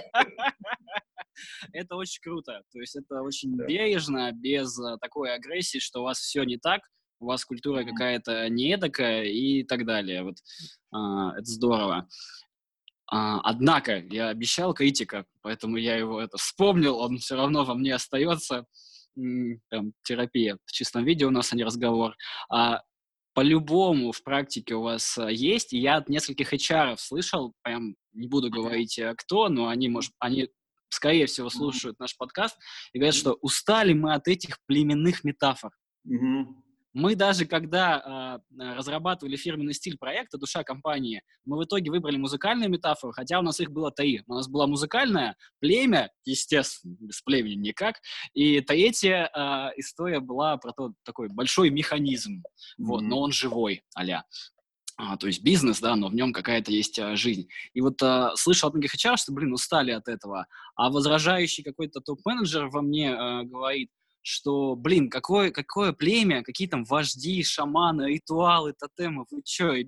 Это очень круто. То есть это очень бережно, без такой агрессии, что у вас все не так, у вас культура какая-то не эдакая и так далее. Вот это здорово. А, однако, я обещал критика, поэтому я его это вспомнил, он все равно во мне остается. Там, терапия в чистом виде у нас, а не разговор. А, по-любому в практике у вас есть, и я от нескольких эйч ар-ов слышал, прям не буду говорить кто, но они, может, они, скорее всего, слушают наш подкаст и говорят, что устали мы от этих племенных метафор. Mm-hmm. Мы даже, когда э, разрабатывали фирменный стиль проекта «Душа компании», мы в итоге выбрали музыкальную метафору, хотя у нас их было три. У нас была музыкальная, племя, естественно, без племени никак, и третья э, история была про тот такой большой механизм, mm-hmm. вот, но он живой, а-ля. А, то есть бизнес, да, но в нем какая-то есть а, жизнь. И вот а, слышал от многих эйч ар, что, блин, устали от этого, а возражающий какой-то топ-менеджер во мне а, говорит, что, блин, какое, какое племя, какие там вожди, шаманы, ритуалы, тотемы, вы что, ребят,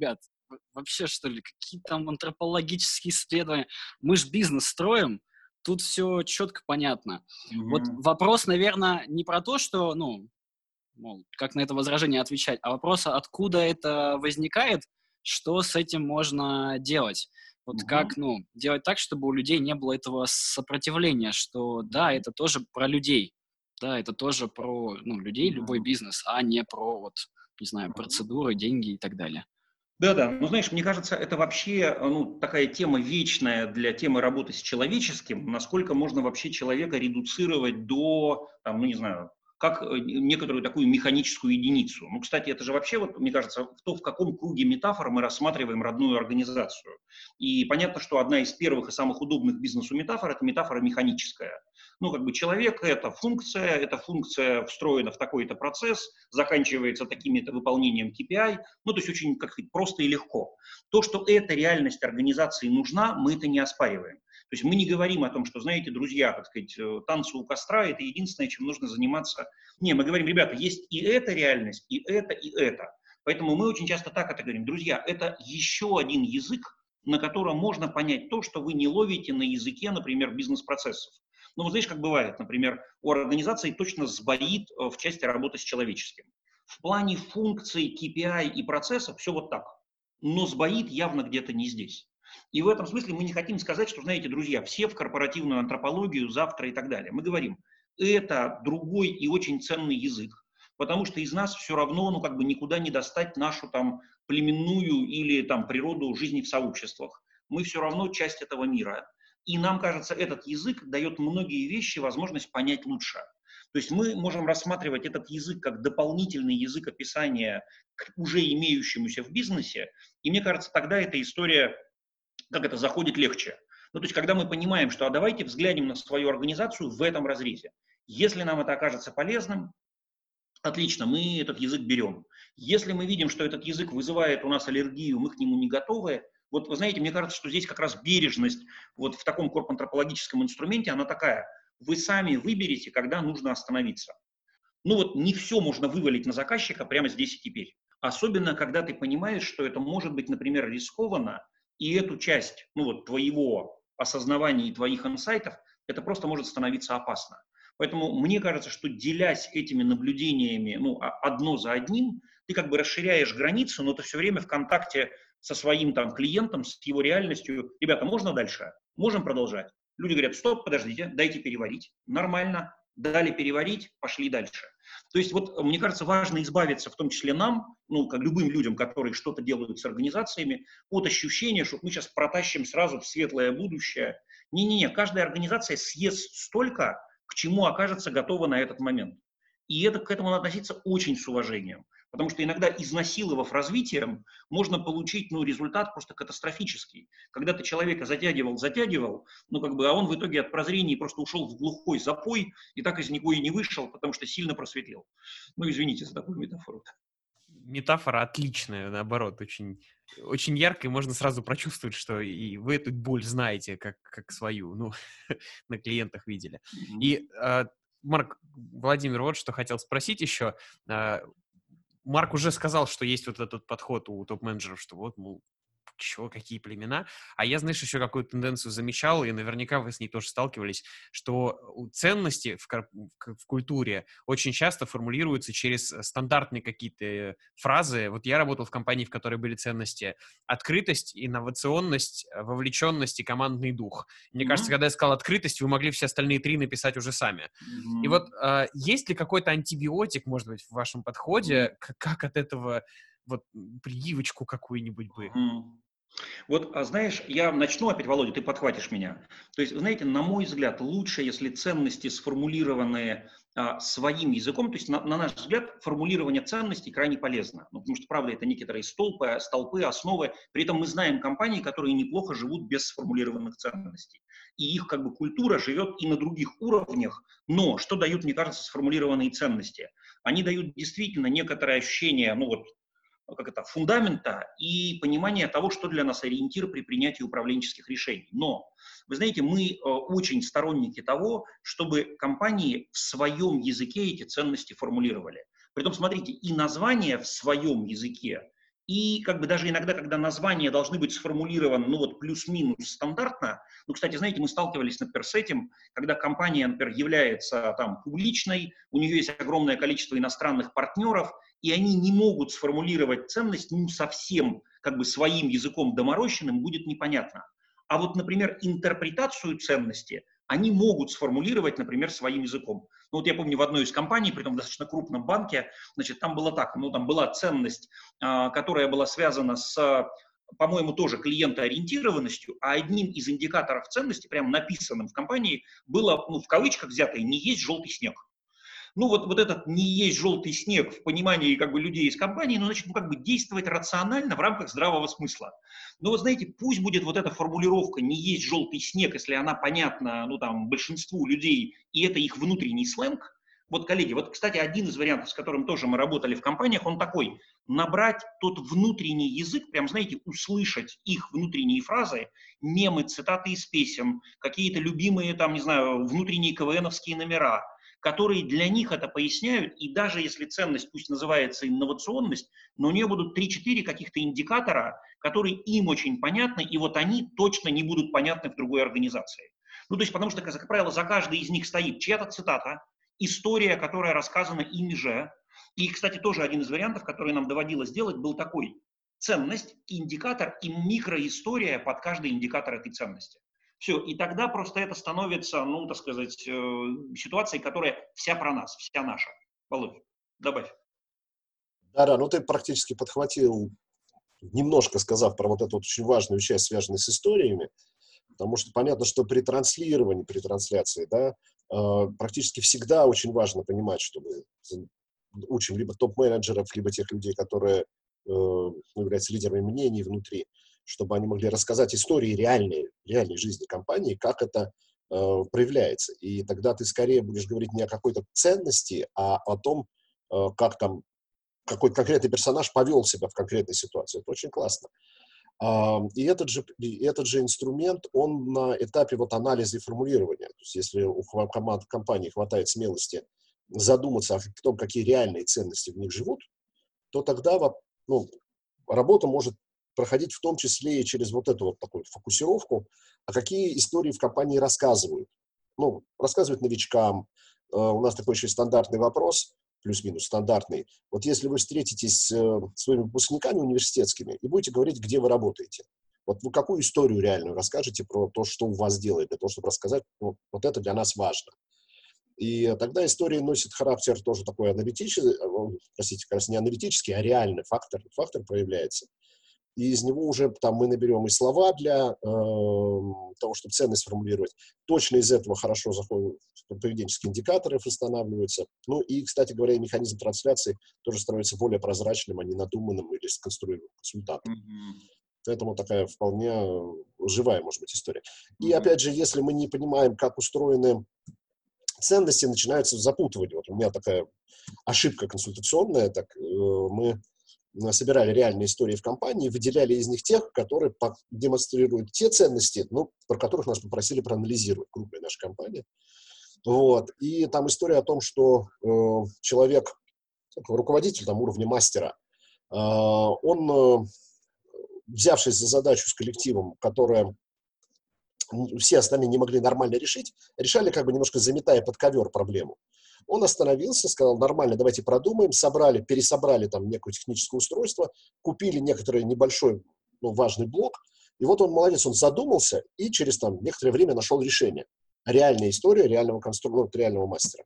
вообще, что ли, какие там антропологические исследования? Мы же бизнес строим, тут все четко понятно. Mm-hmm. Вот вопрос, наверное, не про то, что, ну, мол, как на это возражение отвечать, а вопрос, откуда это возникает, что с этим можно делать. Вот mm-hmm. как, ну, делать так, чтобы у людей не было этого сопротивления, что, да, это тоже про людей, да, это тоже про, ну, людей, mm-hmm. любой бизнес, а не про, вот, не знаю, процедуры, деньги и так далее. Да-да, ну знаешь, мне кажется, это вообще ну, такая тема вечная для темы работы с человеческим, насколько можно вообще человека редуцировать до, там, ну не знаю, как некоторую такую механическую единицу. Ну, кстати, это же вообще, вот, мне кажется, то, в каком круге метафор мы рассматриваем родную организацию. И понятно, что одна из первых и самых удобных бизнесу метафор – это метафора механическая. Ну, как бы человек – это функция, эта функция встроена в такой-то процесс, заканчивается такими-то выполнением кей пи ай, ну, то есть очень, как сказать, просто и легко. То, что эта реальность организации нужна, мы это не оспариваем. То есть мы не говорим о том, что, знаете, друзья, так сказать, танцы у костра – это единственное, чем нужно заниматься. Не, мы говорим, ребята, есть и эта реальность, и это, и это. Поэтому мы очень часто так это говорим. Друзья, это еще один язык, на котором можно понять то, что вы не ловите на языке, например, бизнес-процессов. Ну, вот знаешь, как бывает, например, у организации точно сбоит в части работы с человеческим. В плане функций кей пи ай и процессов все вот так, но сбоит явно где-то не здесь. И в этом смысле мы не хотим сказать, что, знаете, друзья, все в корпоративную антропологию завтра и так далее. Мы говорим, это другой и очень ценный язык, потому что из нас все равно, ну, как бы никуда не достать нашу там племенную или там природу жизни в сообществах. Мы все равно часть этого мира. И нам кажется, этот язык дает многие вещи возможность понять лучше. То есть мы можем рассматривать этот язык как дополнительный язык описания к уже имеющемуся в бизнесе. И мне кажется, тогда эта история, как это, заходит легче. Ну, то есть когда мы понимаем, что а давайте взглянем на свою организацию в этом разрезе. Если нам это окажется полезным, отлично, мы этот язык берем. Если мы видим, что этот язык вызывает у нас аллергию, мы к нему не готовы, вот вы знаете, мне кажется, что здесь как раз бережность вот в таком корпантропологическом инструменте, она такая. Вы сами выберете, когда нужно остановиться. Ну вот не все можно вывалить на заказчика прямо здесь и теперь. Особенно, когда ты понимаешь, что это может быть, например, рискованно, и эту часть ну вот, твоего осознавания и твоих инсайтов, это просто может становиться опасно. Поэтому мне кажется, что делясь этими наблюдениями ну, одно за одним, ты как бы расширяешь границу, но ты все время в контакте со своим там клиентом, с его реальностью. Ребята, можно дальше? Можем продолжать? Люди говорят, стоп, подождите, дайте переварить. Нормально. Дали переварить, пошли дальше. То есть вот мне кажется, важно избавиться, в том числе нам, ну, как любым людям, которые что-то делают с организациями, от ощущения, что мы сейчас протащим сразу в светлое будущее. Не-не-не, каждая организация съест столько, к чему окажется готова на этот момент. И это, к этому надо относиться очень с уважением. Потому что иногда, изнасиловав развитием, можно получить ну, результат просто катастрофический. Когда ты человека затягивал, затягивал, ну, как бы, а он в итоге от прозрений просто ушел в глухой запой и так из него и не вышел, потому что сильно просветлел. Ну, извините за такую метафору. Метафора отличная, наоборот, очень, очень яркая, можно сразу прочувствовать, что и вы эту боль знаете, как, как свою, ну, на клиентах видели. Mm-hmm. И, э, Марк, Владимир, вот что хотел спросить еще. Э, Марк уже сказал, что есть вот этот подход у топ-менеджеров, что вот, мол, чего, какие племена. А я, знаешь, еще какую тенденцию замечал, и наверняка вы с ней тоже сталкивались, что ценности в, в культуре очень часто формулируются через стандартные какие-то фразы. Вот я работал в компании, в которой были ценности открытость, инновационность, вовлеченность и командный дух. Мне mm-hmm. кажется, когда я сказал открытость, вы могли все остальные три написать уже сами. Mm-hmm. И вот э, есть ли какой-то антибиотик, может быть, в вашем подходе, mm-hmm. как от этого вот прививочку какую-нибудь бы? Mm-hmm. Вот, а знаешь, я начну опять, Володя, ты подхватишь меня. То есть, знаете, на мой взгляд, лучше, если ценности сформулированы а, своим языком, то есть, на, на наш взгляд, формулирование ценностей крайне полезно. Ну, потому что, правда, это некоторые столпы, столпы, основы. При этом мы знаем компании, которые неплохо живут без сформулированных ценностей. И их как бы культура живет и на других уровнях. Но что дают, мне кажется, сформулированные ценности? Они дают действительно некоторое ощущение, ну вот, как это, фундамента и понимания того, что для нас ориентир при принятии управленческих решений. Но, вы знаете, мы э, очень сторонники того, чтобы компании в своем языке эти ценности формулировали. Притом, смотрите, и название в своем языке, И как бы даже иногда, когда названия должны быть сформулированы, ну вот плюс-минус стандартно, ну, кстати, знаете, мы сталкивались, например, с этим, когда компания, например, является там публичной, у нее есть огромное количество иностранных партнеров, и они не могут сформулировать ценность, ну, совсем как бы своим языком доморощенным, будет непонятно. А вот, например, интерпретацию ценности они могут сформулировать, например, своим языком. Ну вот я помню в одной из компаний, при том достаточно крупном банке, значит, там было так, ну там была ценность, а, которая была связана с, по-моему, тоже клиентоориентированностью, а одним из индикаторов ценности, прям написанным в компании, было, ну в кавычках взятое, не есть желтый снег. Ну вот, вот этот не есть желтый снег в понимании как бы людей из компании, ну значит, ну как бы действовать рационально в рамках здравого смысла. Но вот знаете, пусть будет вот эта формулировка не есть желтый снег, если она понятна, ну там, большинству людей, и это их внутренний сленг. Вот, коллеги, вот, кстати, один из вариантов, с которым тоже мы работали в компаниях, он такой: набрать тот внутренний язык, прям, знаете, услышать их внутренние фразы, мемы, цитаты из песен, какие-то любимые, там, не знаю, внутренние КВНовские номера, которые для них это поясняют, и даже если ценность пусть называется инновационность, но у нее будут три-четыре каких-то индикатора, которые им очень понятны, и вот они точно не будут понятны в другой организации. Ну, то есть, потому что, как правило, за каждой из них стоит чья-то цитата, история, которая рассказана ими же. И, кстати, тоже один из вариантов, который нам доводилось делать, был такой: ценность, индикатор и микроистория под каждый индикатор этой ценности. Все, и тогда просто это становится, ну, так сказать, ситуацией, которая вся про нас, вся наша. Володь, добавь. Да-да, ну ты практически подхватил, немножко сказав про вот эту вот очень важную часть, связанную с историями, потому что понятно, что при транслировании, при трансляции, да, практически всегда очень важно понимать, что мы учим либо топ-менеджеров, либо тех людей, которые являются лидерами мнений внутри, чтобы они могли рассказать истории реальной, реальной жизни компании, как это э, проявляется. И тогда ты скорее будешь говорить не о какой-то ценности, а о том, э, как там какой конкретный персонаж повел себя в конкретной ситуации. Это очень классно. А, и этот же, и этот же инструмент, он на этапе вот анализа и формулирования. То есть если у команд компании хватает смелости задуматься о том, какие реальные ценности в них живут, то тогда ну, работа может проходить в том числе и через вот эту вот такую фокусировку, а какие истории в компании рассказывают. Ну, рассказывают новичкам. Uh, у нас такой еще стандартный вопрос, плюс-минус стандартный. Вот если вы встретитесь с uh, своими выпускниками университетскими и будете говорить, где вы работаете, вот вы какую историю реальную расскажете про то, что у вас делает, для того, чтобы рассказать, ну, вот это для нас важно. И тогда история носит характер тоже такой аналитический, простите, как раз не аналитический, а реальный фактор, фактор проявляется. И из него уже там мы наберем и слова для э, того, чтобы ценность формулировать. Точно из этого хорошо заходят поведенческие индикаторы, восстанавливаются. Ну и, кстати говоря, механизм трансляции тоже становится более прозрачным, а не надуманным или сконструированным консультантом. Mm-hmm. Поэтому такая вполне живая, может быть, история. Mm-hmm. И опять же, если мы не понимаем, как устроены ценности, начинается запутывание. Вот у меня такая ошибка консультационная, так э, мы собирали реальные истории в компании, выделяли из них тех, которые демонстрируют те ценности, ну, про которых нас попросили проанализировать, крупная наша компания. Вот. И там история о том, что э, человек, руководитель там, уровня мастера, э, он, э, взявшись за задачу с коллективом, которая все остальные не могли нормально решить, решали как бы немножко заметая под ковер проблему. Он остановился, сказал: нормально, давайте продумаем, собрали, пересобрали там некое техническое устройство, купили некоторый небольшой, ну, важный блок, и вот он молодец, он задумался и через там некоторое время нашел решение. Реальная история реального конструктора, реального мастера.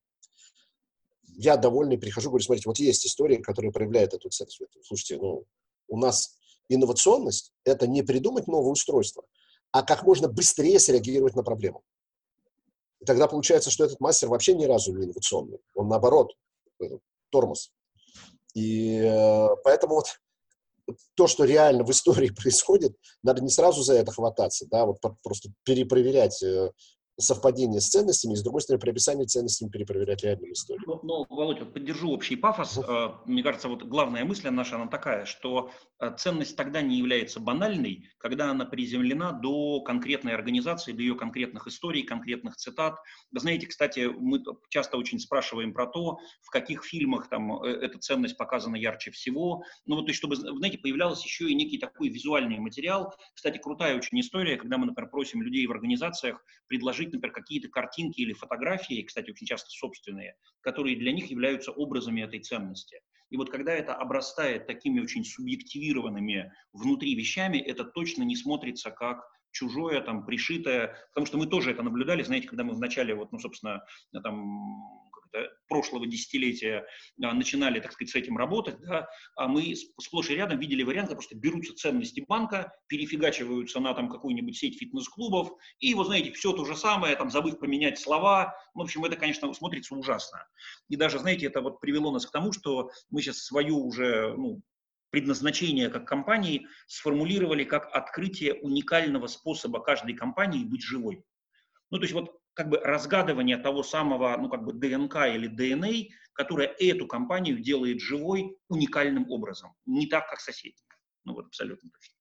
Я довольный, прихожу, говорю: смотрите, вот есть история, которая проявляет эту ценность. Слушайте, ну, у нас инновационность – это не придумать новое устройство, а как можно быстрее среагировать на проблему. И тогда получается, что этот мастер вообще ни разу не инновационный. Он, наоборот, тормоз. И э, поэтому вот то, что реально в истории происходит, надо не сразу за это хвататься, да, вот просто перепроверять, э, совпадение с ценностями, и, с другой стороны, при описании ценностями перепроверять реальную историю. Ну, ну, Володь, вот поддержу общий пафос. Uh-huh. Мне кажется, вот главная мысль наша, она такая, что ценность тогда не является банальной, когда она приземлена до конкретной организации, до ее конкретных историй, конкретных цитат. Вы знаете, кстати, мы часто очень спрашиваем про то, в каких фильмах там эта ценность показана ярче всего. Ну вот, то есть, чтобы, знаете, появлялся еще и некий такой визуальный материал. Кстати, крутая очень история, когда мы, например, просим людей в организациях предложить, например, какие-то картинки или фотографии, кстати, очень часто собственные, которые для них являются образами этой ценности. И вот когда это обрастает такими очень субъективированными внутри вещами, это точно не смотрится как чужое, там, пришитое, потому что мы тоже это наблюдали, знаете, когда мы в начале, вот, ну, собственно, там, прошлого десятилетия а, начинали, так сказать, с этим работать, да, а мы сплошь и рядом видели вариант, когда просто берутся ценности банка, перефигачиваются на там какую-нибудь сеть фитнес-клубов, и, вы знаете, все то же самое, там, забыв поменять слова, в общем, это, конечно, смотрится ужасно. И даже, знаете, это вот привело нас к тому, что мы сейчас свою уже, ну, предназначение как компании сформулировали как открытие уникального способа каждой компании быть живой. Ну, то есть вот как бы разгадывание того самого, ну, как бы ДНК или ДНА, которое эту компанию делает живой уникальным образом. Не так, как соседи. Ну, вот абсолютно точно.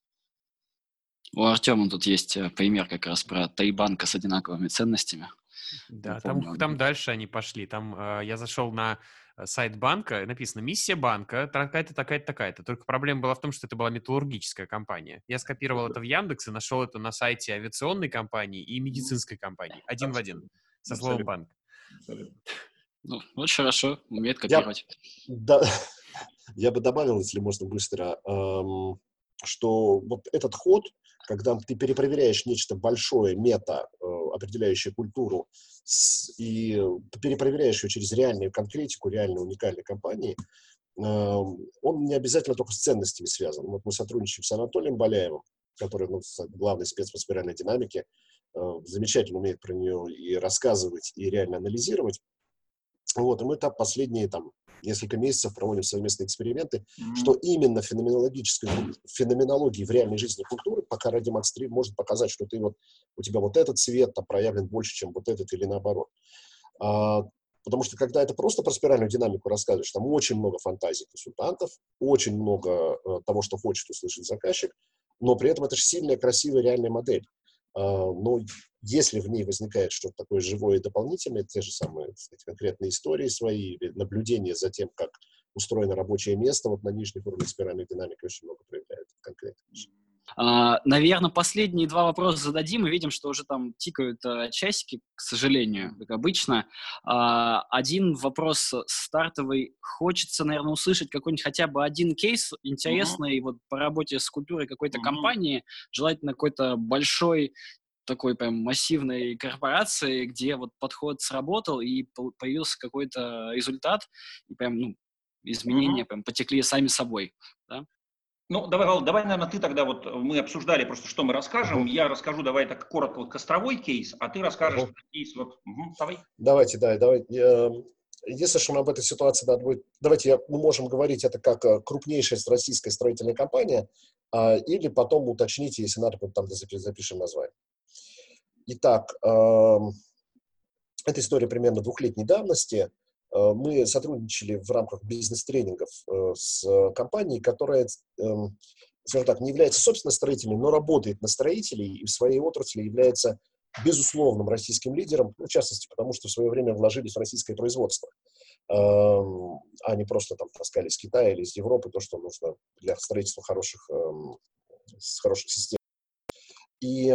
У Артема тут есть пример как раз про три банка с одинаковыми ценностями. Да, там, там дальше они пошли. Там э, я зашел на сайт банка, написано «Миссия банка такая-то, такая-то, такая-то». Только проблема была в том, что это была металлургическая компания. Я скопировал это в Яндекс и нашел это на сайте авиационной компании и медицинской компании. Один Абсолютно. в один. Со словом Абсолютно. «банк». Абсолютно. Ну, очень хорошо, умеет копировать. Я, да, я бы добавил, если можно быстро, эм, что вот этот ход, когда ты перепроверяешь нечто большое, мета, э, определяющее культуру, с, и перепроверяешь ее через реальную конкретику, реальную уникальной компании, э, он не обязательно только с ценностями связан. Вот мы сотрудничаем с Анатолием Баляевым, который, ну, главный спец по спиральной динамике, э, замечательно умеет про нее и рассказывать, и реально анализировать. Вот, и мы там последние там, несколько месяцев проводим совместные эксперименты, mm-hmm. что именно феноменологической феноменологии в реальной жизни культуры пока радиомонстрировать может показать, что ты вот, у тебя вот этот цвет там, проявлен больше, чем вот этот или наоборот. А, потому что когда это просто про спиральную динамику рассказываешь, там очень много фантазий консультантов, очень много а, того, что хочет услышать заказчик, но при этом это же сильная, красивая, реальная модель. Uh, но если в ней возникает что-то такое живое и дополнительное, те же самые, так сказать, конкретные истории свои, наблюдения за тем, как устроено рабочее место, вот на нижних уровнях спиральной динамики очень много проявляет конкретно. Uh, наверное, последние два вопроса зададим, и видим, что уже там тикают uh, часики, к сожалению, как обычно. Uh, один вопрос стартовый. Хочется, наверное, услышать какой-нибудь хотя бы один кейс интересный uh-huh. вот по работе с культурой какой-то uh-huh. компании, желательно какой-то большой, такой прям массивной корпорации, где вот подход сработал и появился какой-то результат, и прям, ну, изменения uh-huh. прям потекли сами собой, да? Ну, давай, Вал, давай, наверное, ты тогда вот, мы обсуждали просто, что мы расскажем. Uh-huh. Я расскажу, давай так коротко, вот костровой кейс, а ты расскажешь uh-huh. кейс, вот, угу, давай. Давайте, да, давай. Единственное, что нам в этой ситуации надо будет, давайте, мы можем говорить это как крупнейшая российская строительная компания, или потом уточните, если надо, там запишем название. Итак, эта история примерно двухлетней давности. Мы сотрудничали в рамках бизнес-тренингов с компанией, которая, скажем так, не является собственно строителем, но работает на строителей и в своей отрасли является безусловным российским лидером, в частности, потому что в свое время вложились в российское производство, а не просто там таскали из Китая или из Европы то, что нужно для строительства хороших, хороших систем. И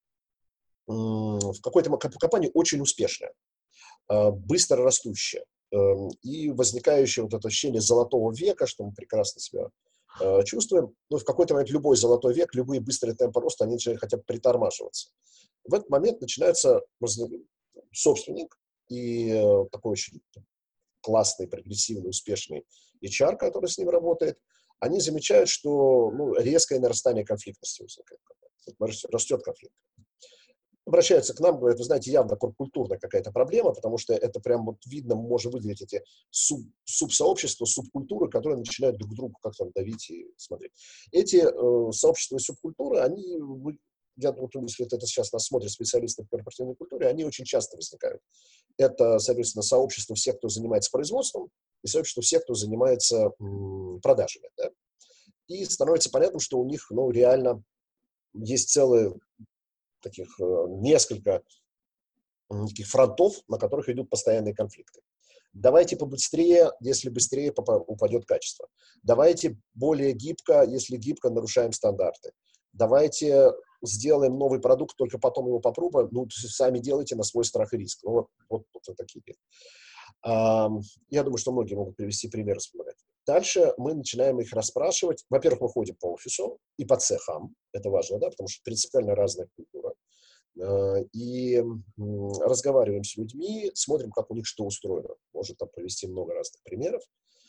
в какой-то компании очень успешная, быстро растущая. И возникающее вот это ощущение золотого века, что мы прекрасно себя э, чувствуем, но в какой-то момент любой золотой век, любые быстрые темпы роста, они начинают хотя бы притормаживаться. В этот момент начинается собственник и э, такой очень классный, прогрессивный, успешный эйч ар, который с ним работает, они замечают, что ну, резкое нарастание конфликтности возникает. Растет конфликт. Обращаются к нам, говорят, вы знаете, явно культурная какая-то проблема, потому что это прям вот видно, мы можем выделить эти суб, субсообщества, субкультуры, которые начинают друг другу как-то давить и смотреть. Эти э, сообщества и субкультуры, они я думаю, если это сейчас нас смотрят специалисты в корпоративной культуре, они очень часто возникают. Это, соответственно, сообщество всех, кто занимается производством, и сообщество всех, кто занимается м, продажами. Да? И становится понятным, что у них, ну, реально есть целые таких э, несколько м, таких фронтов, на которых идут постоянные конфликты. Давайте побыстрее, если быстрее упадет качество. Давайте более гибко, если гибко нарушаем стандарты. Давайте сделаем новый продукт, только потом его попробуем. Ну, сами делайте на свой страх и риск. Ну, вот, вот, вот такие. А, я думаю, что многие могут привести примеры вспомогательные. Дальше мы начинаем их расспрашивать. Во-первых, мы ходим по офису и по цехам. Это важно, да, потому что принципиально разная культура. И разговариваем с людьми, смотрим, как у них что устроено. Может там привести много разных примеров.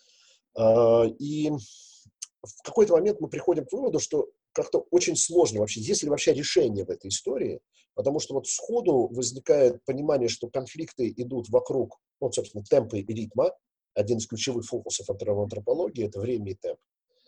И в какой-то момент мы приходим к выводу, что как-то очень сложно вообще, есть ли вообще решение в этой истории, потому что вот сходу возникает понимание, что конфликты идут вокруг, ну, собственно, темпа и ритма. Один из ключевых фокусов антропологии – это время и темп.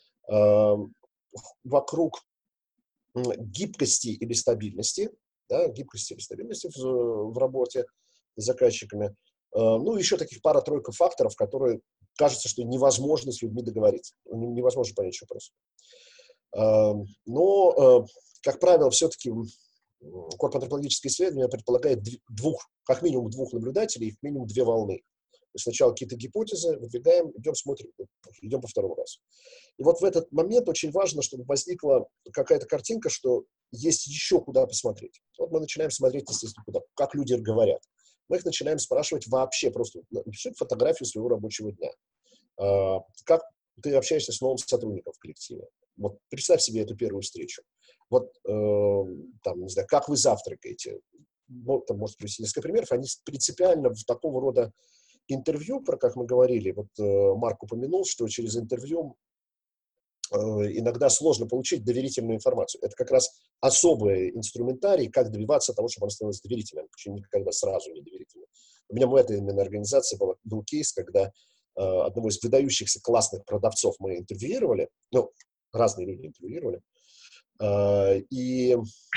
Вокруг гибкости или стабильности, да, гибкости или стабильности в, в работе с заказчиками. Ну, еще таких пара-тройка факторов, которые кажется, что невозможно с людьми договориться. Невозможно понять, что происходит. Но, как правило, все-таки корпоративное исследование предполагает двух, как минимум двух наблюдателей и как минимум две волны. То есть сначала какие-то гипотезы выдвигаем, идем, смотрим, идем по второму разу. И вот в этот момент очень важно, чтобы возникла какая-то картинка, что есть еще куда посмотреть. Вот мы начинаем смотреть, естественно, куда, как люди говорят. Мы их начинаем спрашивать вообще, просто напиши фотографию своего рабочего дня. Как ты общаешься с новым сотрудником в коллективе? Вот представь себе эту первую встречу. Вот, там, не знаю, как вы завтракаете? Вот, там, может привести несколько примеров. Они принципиально в такого рода интервью, про как мы говорили, вот э, Марк упомянул, что через интервью э, иногда сложно получить доверительную информацию. Это как раз особый инструментарий, как добиваться того, чтобы он становился доверительным, почему никогда сразу не доверительным. У меня в этой именно организации был, был кейс, когда э, одного из выдающихся классных продавцов мы интервьюировали, ну, разные люди интервьюировали, э, и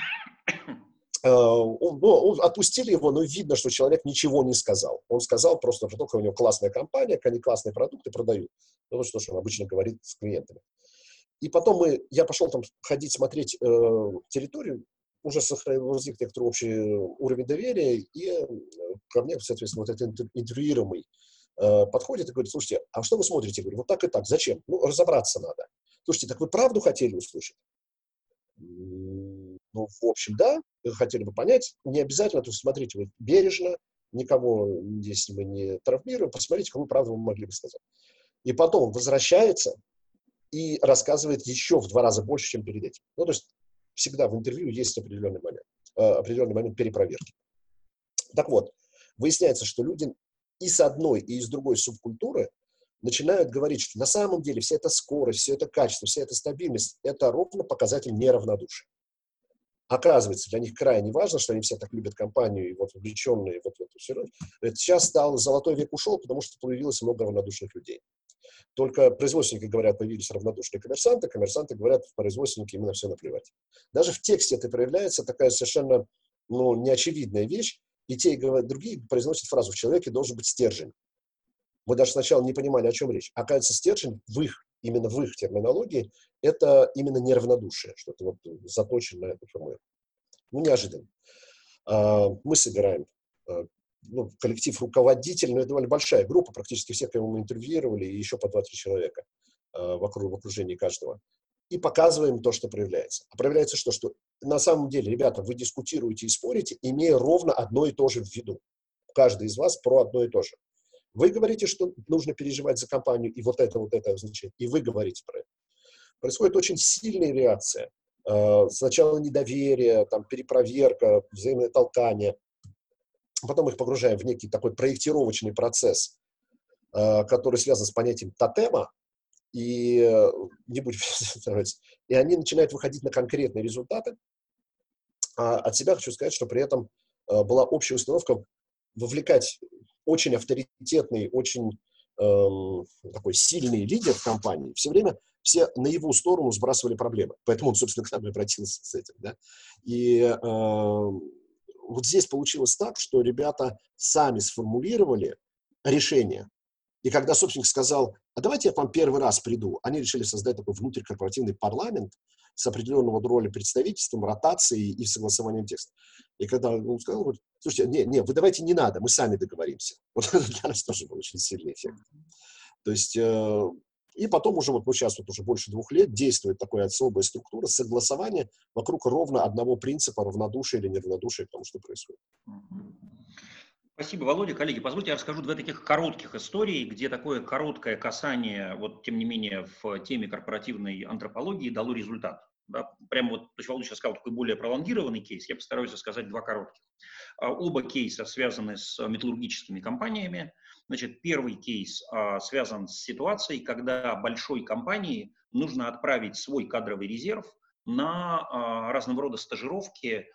Он, ну, он, отпустили его, но видно, что человек ничего не сказал. Он сказал просто, что только у него классная компания, они классные продукты продают. Ну, вот что, что он обычно говорит с клиентами. И потом мы, я пошел там ходить, смотреть э, территорию, уже сохранился некоторый общий уровень доверия, и э, ко мне, соответственно, вот этот интервьюируемый э, подходит и говорит: слушайте, а что вы смотрите? Я говорю: вот так и так. Зачем? Ну, разобраться надо. Слушайте, так вы правду хотели услышать? Ну, в общем, да, хотели бы понять. Не обязательно, то есть смотрите, вы бережно, никого здесь мы не травмируем, посмотрите, какую правду вы могли бы сказать. И потом он возвращается и рассказывает еще в два раза больше, чем перед этим. Ну, то есть всегда в интервью есть определенный момент, э, определенный момент перепроверки. Так вот, выясняется, что люди и с одной, и с другой субкультуры начинают говорить, что на самом деле вся эта скорость, все это качество, вся эта стабильность – это ровно показатель неравнодушия. Оказывается, для них крайне важно, что они все так любят компанию, и вот увлеченные вот в эту все. Сейчас стал золотой век ушел, потому что появилось много равнодушных людей. Только производственники говорят, появились равнодушные коммерсанты, коммерсанты говорят, в производственнике именно все наплевать. Даже в тексте это проявляется такая совершенно, ну, неочевидная вещь, и те, и другие произносят фразу: в человеке должен быть стержень. Мы даже сначала не понимали, о чем речь. Оказывается, стержень в их, именно в их терминологии, это именно неравнодушие, что-то вот заточено на эту формулировку. Ну, неожиданно. Мы собираем, ну, коллектив руководителей, но это довольно большая группа, практически всех, кого мы интервьюировали, и еще по два-три человека вокруг, в окружении каждого. И показываем то, что проявляется. А проявляется что? Что на самом деле, ребята, вы дискутируете и спорите, имея ровно одно и то же в виду. Каждый из вас про одно и то же. Вы говорите, что нужно переживать за компанию, и вот это, вот это означает, и вы говорите про это. Происходит очень сильная реакция. Сначала недоверие, там, перепроверка, взаимное толкание. Потом их погружаем в некий такой проектировочный процесс, который связан с понятием тотема, и не будем и они начинают выходить на конкретные результаты. А от себя хочу сказать, что при этом была общая установка вовлекать очень авторитетный, очень эм, такой сильный лидер в компании, все время все на его сторону сбрасывали проблемы. Поэтому он, собственно, к нам и обратился с этим. Да? И э, вот здесь получилось так, что ребята сами сформулировали решение. И когда собственник сказал, а давайте я к вам первый раз приду, они решили создать такой внутрикорпоративный парламент с определенного роли представительством, ротацией и согласованием текста. И когда он сказал, говорит, слушайте, не, не, вы давайте не надо, мы сами договоримся. Вот это для нас тоже был очень сильный эффект. То есть, э, и потом уже, вот, вот сейчас вот уже больше двух лет действует такая особая структура согласования вокруг ровно одного принципа равнодушия или неравнодушия к тому, что происходит. Спасибо, Володя. Коллеги, позвольте я расскажу две таких коротких истории, где такое короткое касание, вот тем не менее, в теме корпоративной антропологии дало результат. Да? Прямо вот, то есть Володя сейчас сказал такой более пролонгированный кейс, я постараюсь рассказать два коротких. Оба кейса связаны с металлургическими компаниями. Значит, первый кейс а, связан с ситуацией, когда большой компании нужно отправить свой кадровый резерв на а, разного рода стажировки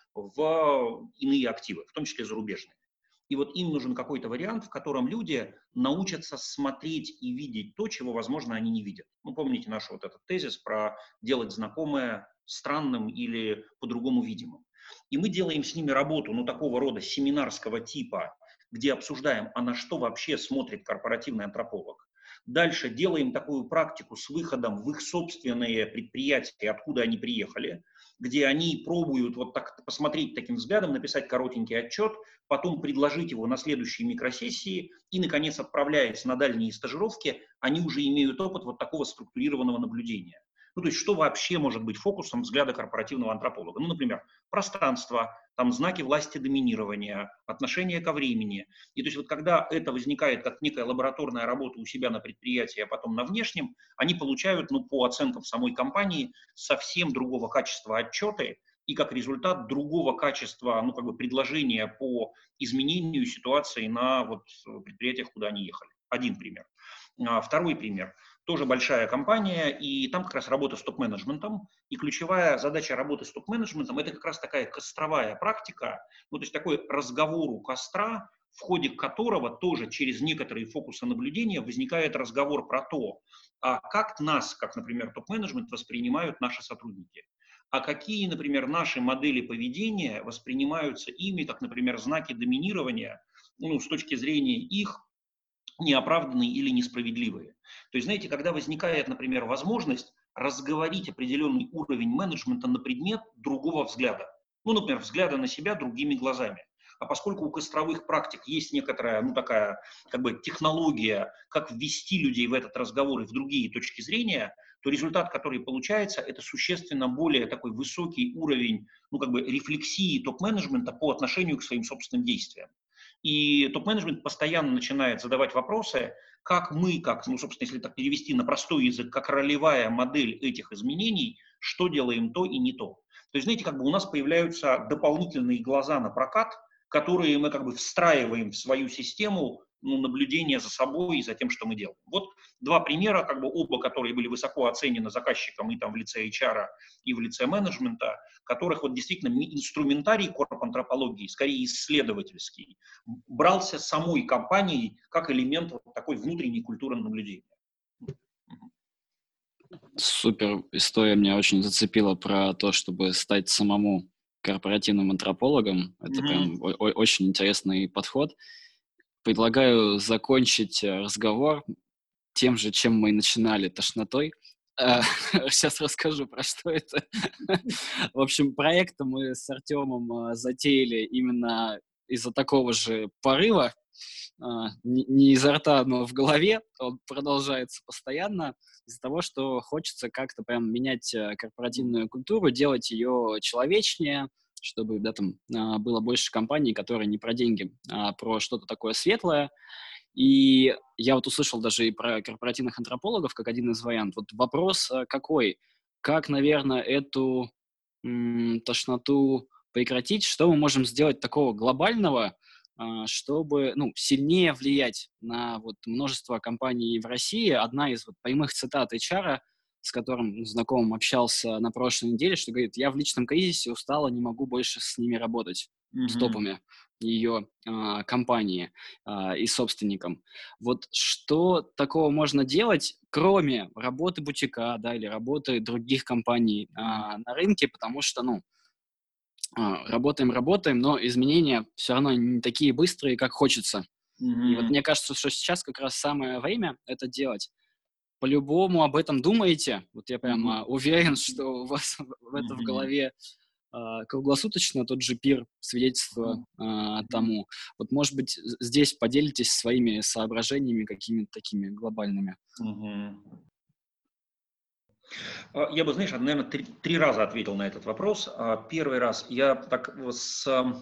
в иные активы, в том числе зарубежные. И вот им нужен какой-то вариант, в котором люди научатся смотреть и видеть то, чего, возможно, они не видят. Ну, помните наш вот этот тезис про делать знакомое странным или по-другому видимым. И мы делаем с ними работу, ну, такого рода семинарского типа, где обсуждаем, а на что вообще смотрит корпоративный антрополог. Дальше делаем такую практику с выходом в их собственные предприятия, откуда они приехали, где они пробуют вот так посмотреть таким взглядом, написать коротенький отчет, потом предложить его на следующей микросессии и, наконец, отправляясь на дальние стажировки, они уже имеют опыт вот такого структурированного наблюдения. Ну, то есть, что вообще может быть фокусом взгляда корпоративного антрополога? Ну, например, пространство, там знаки власти доминирования, отношение ко времени. И то есть, вот когда это возникает как некая лабораторная работа у себя на предприятии, а потом на внешнем, они получают, ну, по оценкам самой компании, совсем другого качества отчеты и как результат другого качества, ну, как бы предложения по изменению ситуации на вот предприятиях, куда они ехали. Один пример. Второй пример. Тоже большая компания, и там как раз работа с топ-менеджментом. И ключевая задача работы с топ-менеджментом – это как раз такая костровая практика, ну, то есть такой разговор у костра, в ходе которого тоже через некоторые фокусы наблюдения возникает разговор про то, а как нас, как, например, топ-менеджмент, воспринимают наши сотрудники. А какие, например, наши модели поведения воспринимаются ими, как, например, знаки доминирования, ну, с точки зрения их, неоправданные или несправедливые. То есть, знаете, когда возникает, например, возможность разговорить определенный уровень менеджмента на предмет другого взгляда. Ну, например, взгляда на себя другими глазами. А поскольку у костровых практик есть некоторая, ну, такая, как бы, технология, как ввести людей в этот разговор и в другие точки зрения, то результат, который получается, это существенно более такой высокий уровень, ну, как бы, рефлексии топ-менеджмента по отношению к своим собственным действиям. И топ-менеджмент постоянно начинает задавать вопросы, как мы, как, ну, собственно, если так перевести на простой язык, как ролевая модель этих изменений, что делаем то и не то. То есть, знаете, как бы у нас появляются дополнительные глаза на прокат, которые мы как бы встраиваем в свою систему, ну, наблюдения за собой и за тем, что мы делаем. Вот два примера, как бы оба, которые были высоко оценены заказчиком и там в лице эйч ар, и в лице менеджмента, которых вот действительно инструментарий корп-антропологии, скорее исследовательский, брался самой компанией как элемент вот такой внутренней культуры наблюдения. Супер история меня очень зацепила про то, чтобы стать самому корпоративным антропологом. Это mm-hmm. прям о- о- очень интересный подход. Предлагаю закончить разговор тем же, чем мы и начинали, тошнотой. Сейчас расскажу, про что это. В общем, проект мы с Артемом затеяли именно из-за такого же порыва. Не изо рта, но в голове. Он продолжается постоянно из-за того, что хочется как-то прям менять корпоративную культуру, делать ее человечнее, чтобы, да, там было больше компаний, которые не про деньги, а про что-то такое светлое. И я вот услышал даже и про корпоративных антропологов как один из вариантов. Вот вопрос какой? Как, наверное, эту м, тошноту прекратить? Что мы можем сделать такого глобального, чтобы, ну, сильнее влиять на вот множество компаний в России? Одна из вот прямых цитат эйч ар, с которым знакомым общался на прошлой неделе, что говорит: я в личном кризисе устала, не могу больше с ними работать. с топами ее а, компании а, и собственником. Вот что такого можно делать, кроме работы бутика, да, или работы других компаний а, на рынке, потому что, ну, а, работаем, работаем, но изменения все равно не такие быстрые, как хочется. И вот мне кажется, что сейчас как раз самое время это делать. По-любому об этом думаете. Вот я прямо уверен, что у вас в это в голове а, круглосуточно, тот же пир, свидетельство а, тому. Вот, может быть, з- здесь поделитесь своими соображениями какими-то такими глобальными. Мгм. А, Я бы, знаешь, наверное, три, три раза ответил на этот вопрос. А, Первый раз я так вот с ам,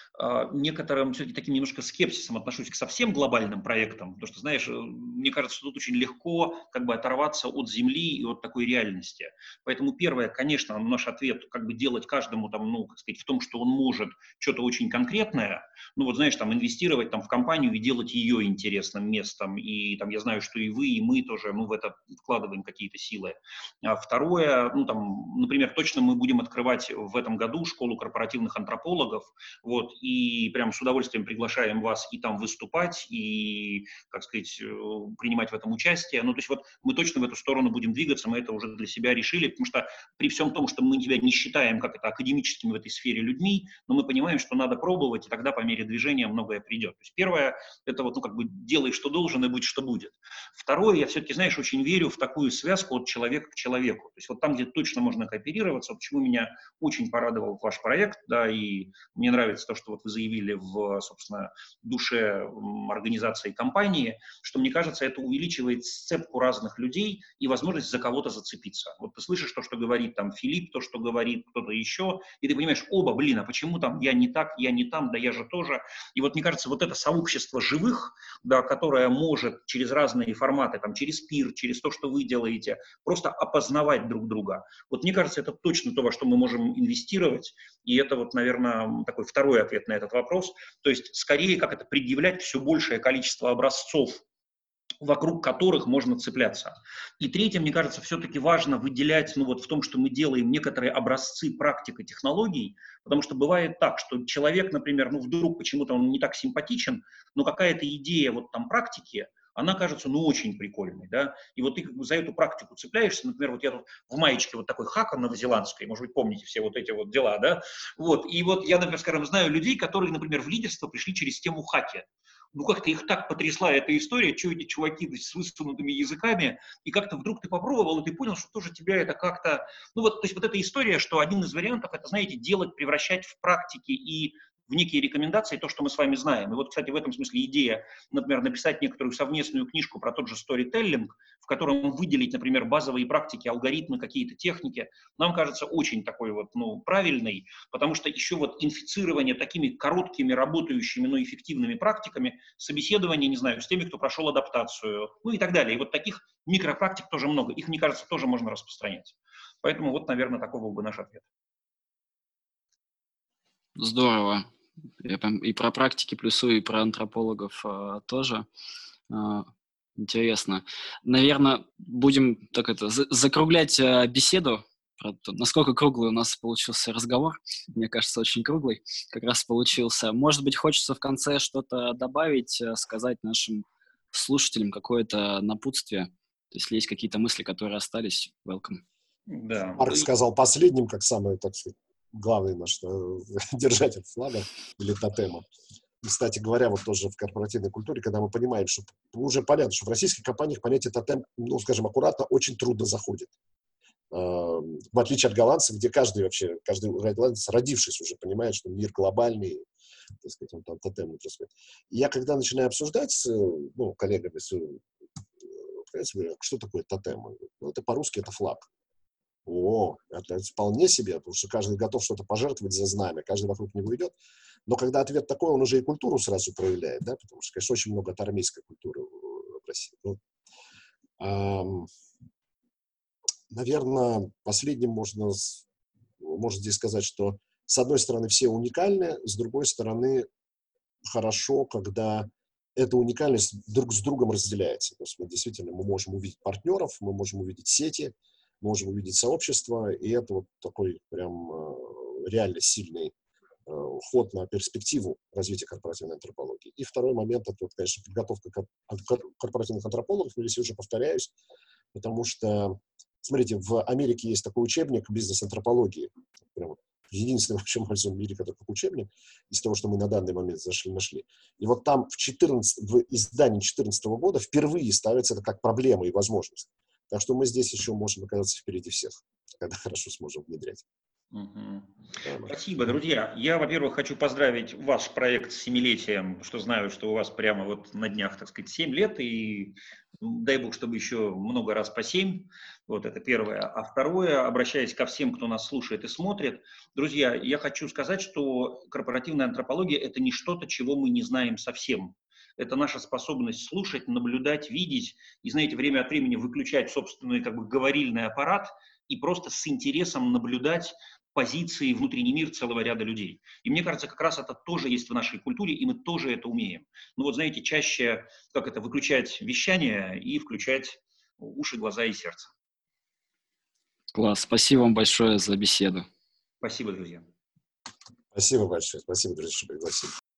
а, некоторым все-таки таким немножко скепсисом отношусь к совсем глобальным проектам, потому что, знаешь, э, мне кажется, что тут очень легко как бы оторваться от земли и от такой реальности. Поэтому первое, конечно, наш ответ как бы делать каждому там, ну, как сказать, в том, что он может, что-то очень конкретное, ну вот, знаешь, там инвестировать там в компанию и делать ее интересным местом, и там я знаю, что и вы, и мы тоже, ну, в это вкладываем какие-то силы. А Второе, ну там, например, точно мы будем открывать в этом году школу корпоративных антропологов, вот, и прям с удовольствием приглашаем вас и там выступать, и, как сказать, э, принимать в этом участие. Ну, то есть вот мы точно в эту сторону будем двигаться, мы это уже для себя решили, потому что при всем том, что мы тебя не считаем как это академическими в этой сфере людьми, но мы понимаем, что надо пробовать, и тогда по мере движения многое придет. То есть первое, это вот, ну, как бы делай, что должен, и будь, что будет. Второе, я все-таки, знаешь, очень верю в такую связку от человека к человеку. То есть вот там, где точно можно кооперироваться, вот почему меня очень порадовал ваш проект, да, и мне нравится то, что вот вы заявили в, собственно, душе организации компании, что, мне кажется, это увеличивает сцепку разных людей и возможность за кого-то зацепиться. Вот ты слышишь то, что говорит там Филипп, то, что говорит кто-то еще, и ты понимаешь, оба, блин, а почему там я не так, я не там, да я же тоже. И вот, мне кажется, вот это сообщество живых, да, которое может через разные форматы, там, через пир, через то, что вы делаете, просто опознавать друг друга. Вот мне кажется, это точно то, во что мы можем инвестировать, и это вот, наверное, такой второй ответ на этот вопрос. То есть, скорее, как это предъявлять все большее количество образцов, вокруг которых можно цепляться. И третье, мне кажется, все-таки важно выделять, ну вот в том, что мы делаем некоторые образцы практик и технологий, потому что бывает так, что человек, например, ну вдруг почему-то он не так симпатичен, но какая-то идея вот там практики, она кажется, ну, очень прикольной, да, и вот ты как бы за эту практику цепляешься, например, вот я тут в маечке вот такой хака новозеландской, может быть, помните все вот эти вот дела, да, вот, и вот я, например, скажем, знаю людей, которые, например, в лидерство пришли через тему хаки. Ну, как-то их так потрясла эта история, что эти чуваки с высунутыми языками, и как-то вдруг ты попробовал, и ты понял, что тоже тебя это как-то... Ну, вот, то есть вот эта история, что один из вариантов, это, знаете, делать, превращать в практике и в некие рекомендации то, что мы с вами знаем. И вот, кстати, в этом смысле идея, например, написать некоторую совместную книжку про тот же storytelling, в котором выделить, например, базовые практики, алгоритмы, какие-то техники, нам кажется очень такой вот, ну, правильной, потому что еще вот инфицирование такими короткими, работающими, но эффективными практиками, собеседование, не знаю, с теми, кто прошел адаптацию, ну и так далее. И вот таких микропрактик тоже много. Их, мне кажется, тоже можно распространять. Поэтому вот, наверное, такой был бы наш ответ. Здорово. Я прям и про практики плюсую, и про антропологов а, тоже. А, интересно. Наверное, будем так это за- закруглять а, беседу. Про то, насколько круглый у нас получился разговор. Мне кажется, очень круглый как раз получился. Может быть, хочется в конце что-то добавить, а, сказать нашим слушателям какое-то напутствие. То есть, если есть какие-то мысли, которые остались, welcome. Да. Марк сказал последним, как самый, так сказать, главный наш э, держатель флага или тотема. И, кстати говоря, вот тоже в корпоративной культуре, когда мы понимаем, что уже понятно, что в российских компаниях понятие тотем, ну, скажем, аккуратно, очень трудно заходит. Э, В отличие от голландцев, где каждый вообще, каждый голландец, родившись, уже понимает, что мир глобальный, так сказать, он там тотем происходит. И я, когда начинаю обсуждать с, ну, коллегами, с, говорю, что такое тотем? Ну, это по-русски это флаг. О, это вполне себе, потому что каждый готов что-то пожертвовать за знамя, каждый вокруг него идет. Но когда ответ такой, он уже и культуру сразу проявляет, да, потому что, конечно, очень много от армейской культуры в России. Ну, эм, наверное, последним можно, можно здесь сказать, что с одной стороны все уникальны, с другой стороны хорошо, когда эта уникальность друг с другом разделяется. То есть мы действительно мы можем увидеть партнеров, мы можем увидеть сети, можем увидеть сообщество, и это вот такой прям э, реально сильный э, ход на перспективу развития корпоративной антропологии. И второй момент – это, вот, конечно, подготовка корпоративных антропологов, но здесь уже повторяюсь, потому что, смотрите, в Америке есть такой учебник бизнес-антропологии, прям единственный вообще в мире, который как учебник, из того, что мы на данный момент зашли, нашли. И вот там в, четырнадцатом, в издании две тысячи четырнадцатого года впервые ставится это как проблема и возможность. Так что мы здесь еще можем оказаться впереди всех, когда хорошо сможем внедрять. Угу. Спасибо, друзья. Я, во-первых, хочу поздравить ваш проект с семилетием, что знаю, что у вас прямо вот на днях, так сказать, семь лет, и дай бог, чтобы еще много раз по семь. Вот это первое. А второе, обращаясь ко всем, кто нас слушает и смотрит, друзья, я хочу сказать, что корпоративная антропология – это не что-то, чего мы не знаем совсем. Это наша способность слушать, наблюдать, видеть и, знаете, время от времени выключать собственный как бы говорильный аппарат и просто с интересом наблюдать позиции, внутренний мир целого ряда людей. И мне кажется, как раз это тоже есть в нашей культуре, и мы тоже это умеем. Ну вот, знаете, чаще, как это, выключать вещание и включать уши, глаза и сердце. Класс. Спасибо вам большое за беседу. Спасибо, друзья. Спасибо большое. Спасибо, друзья, что пригласили.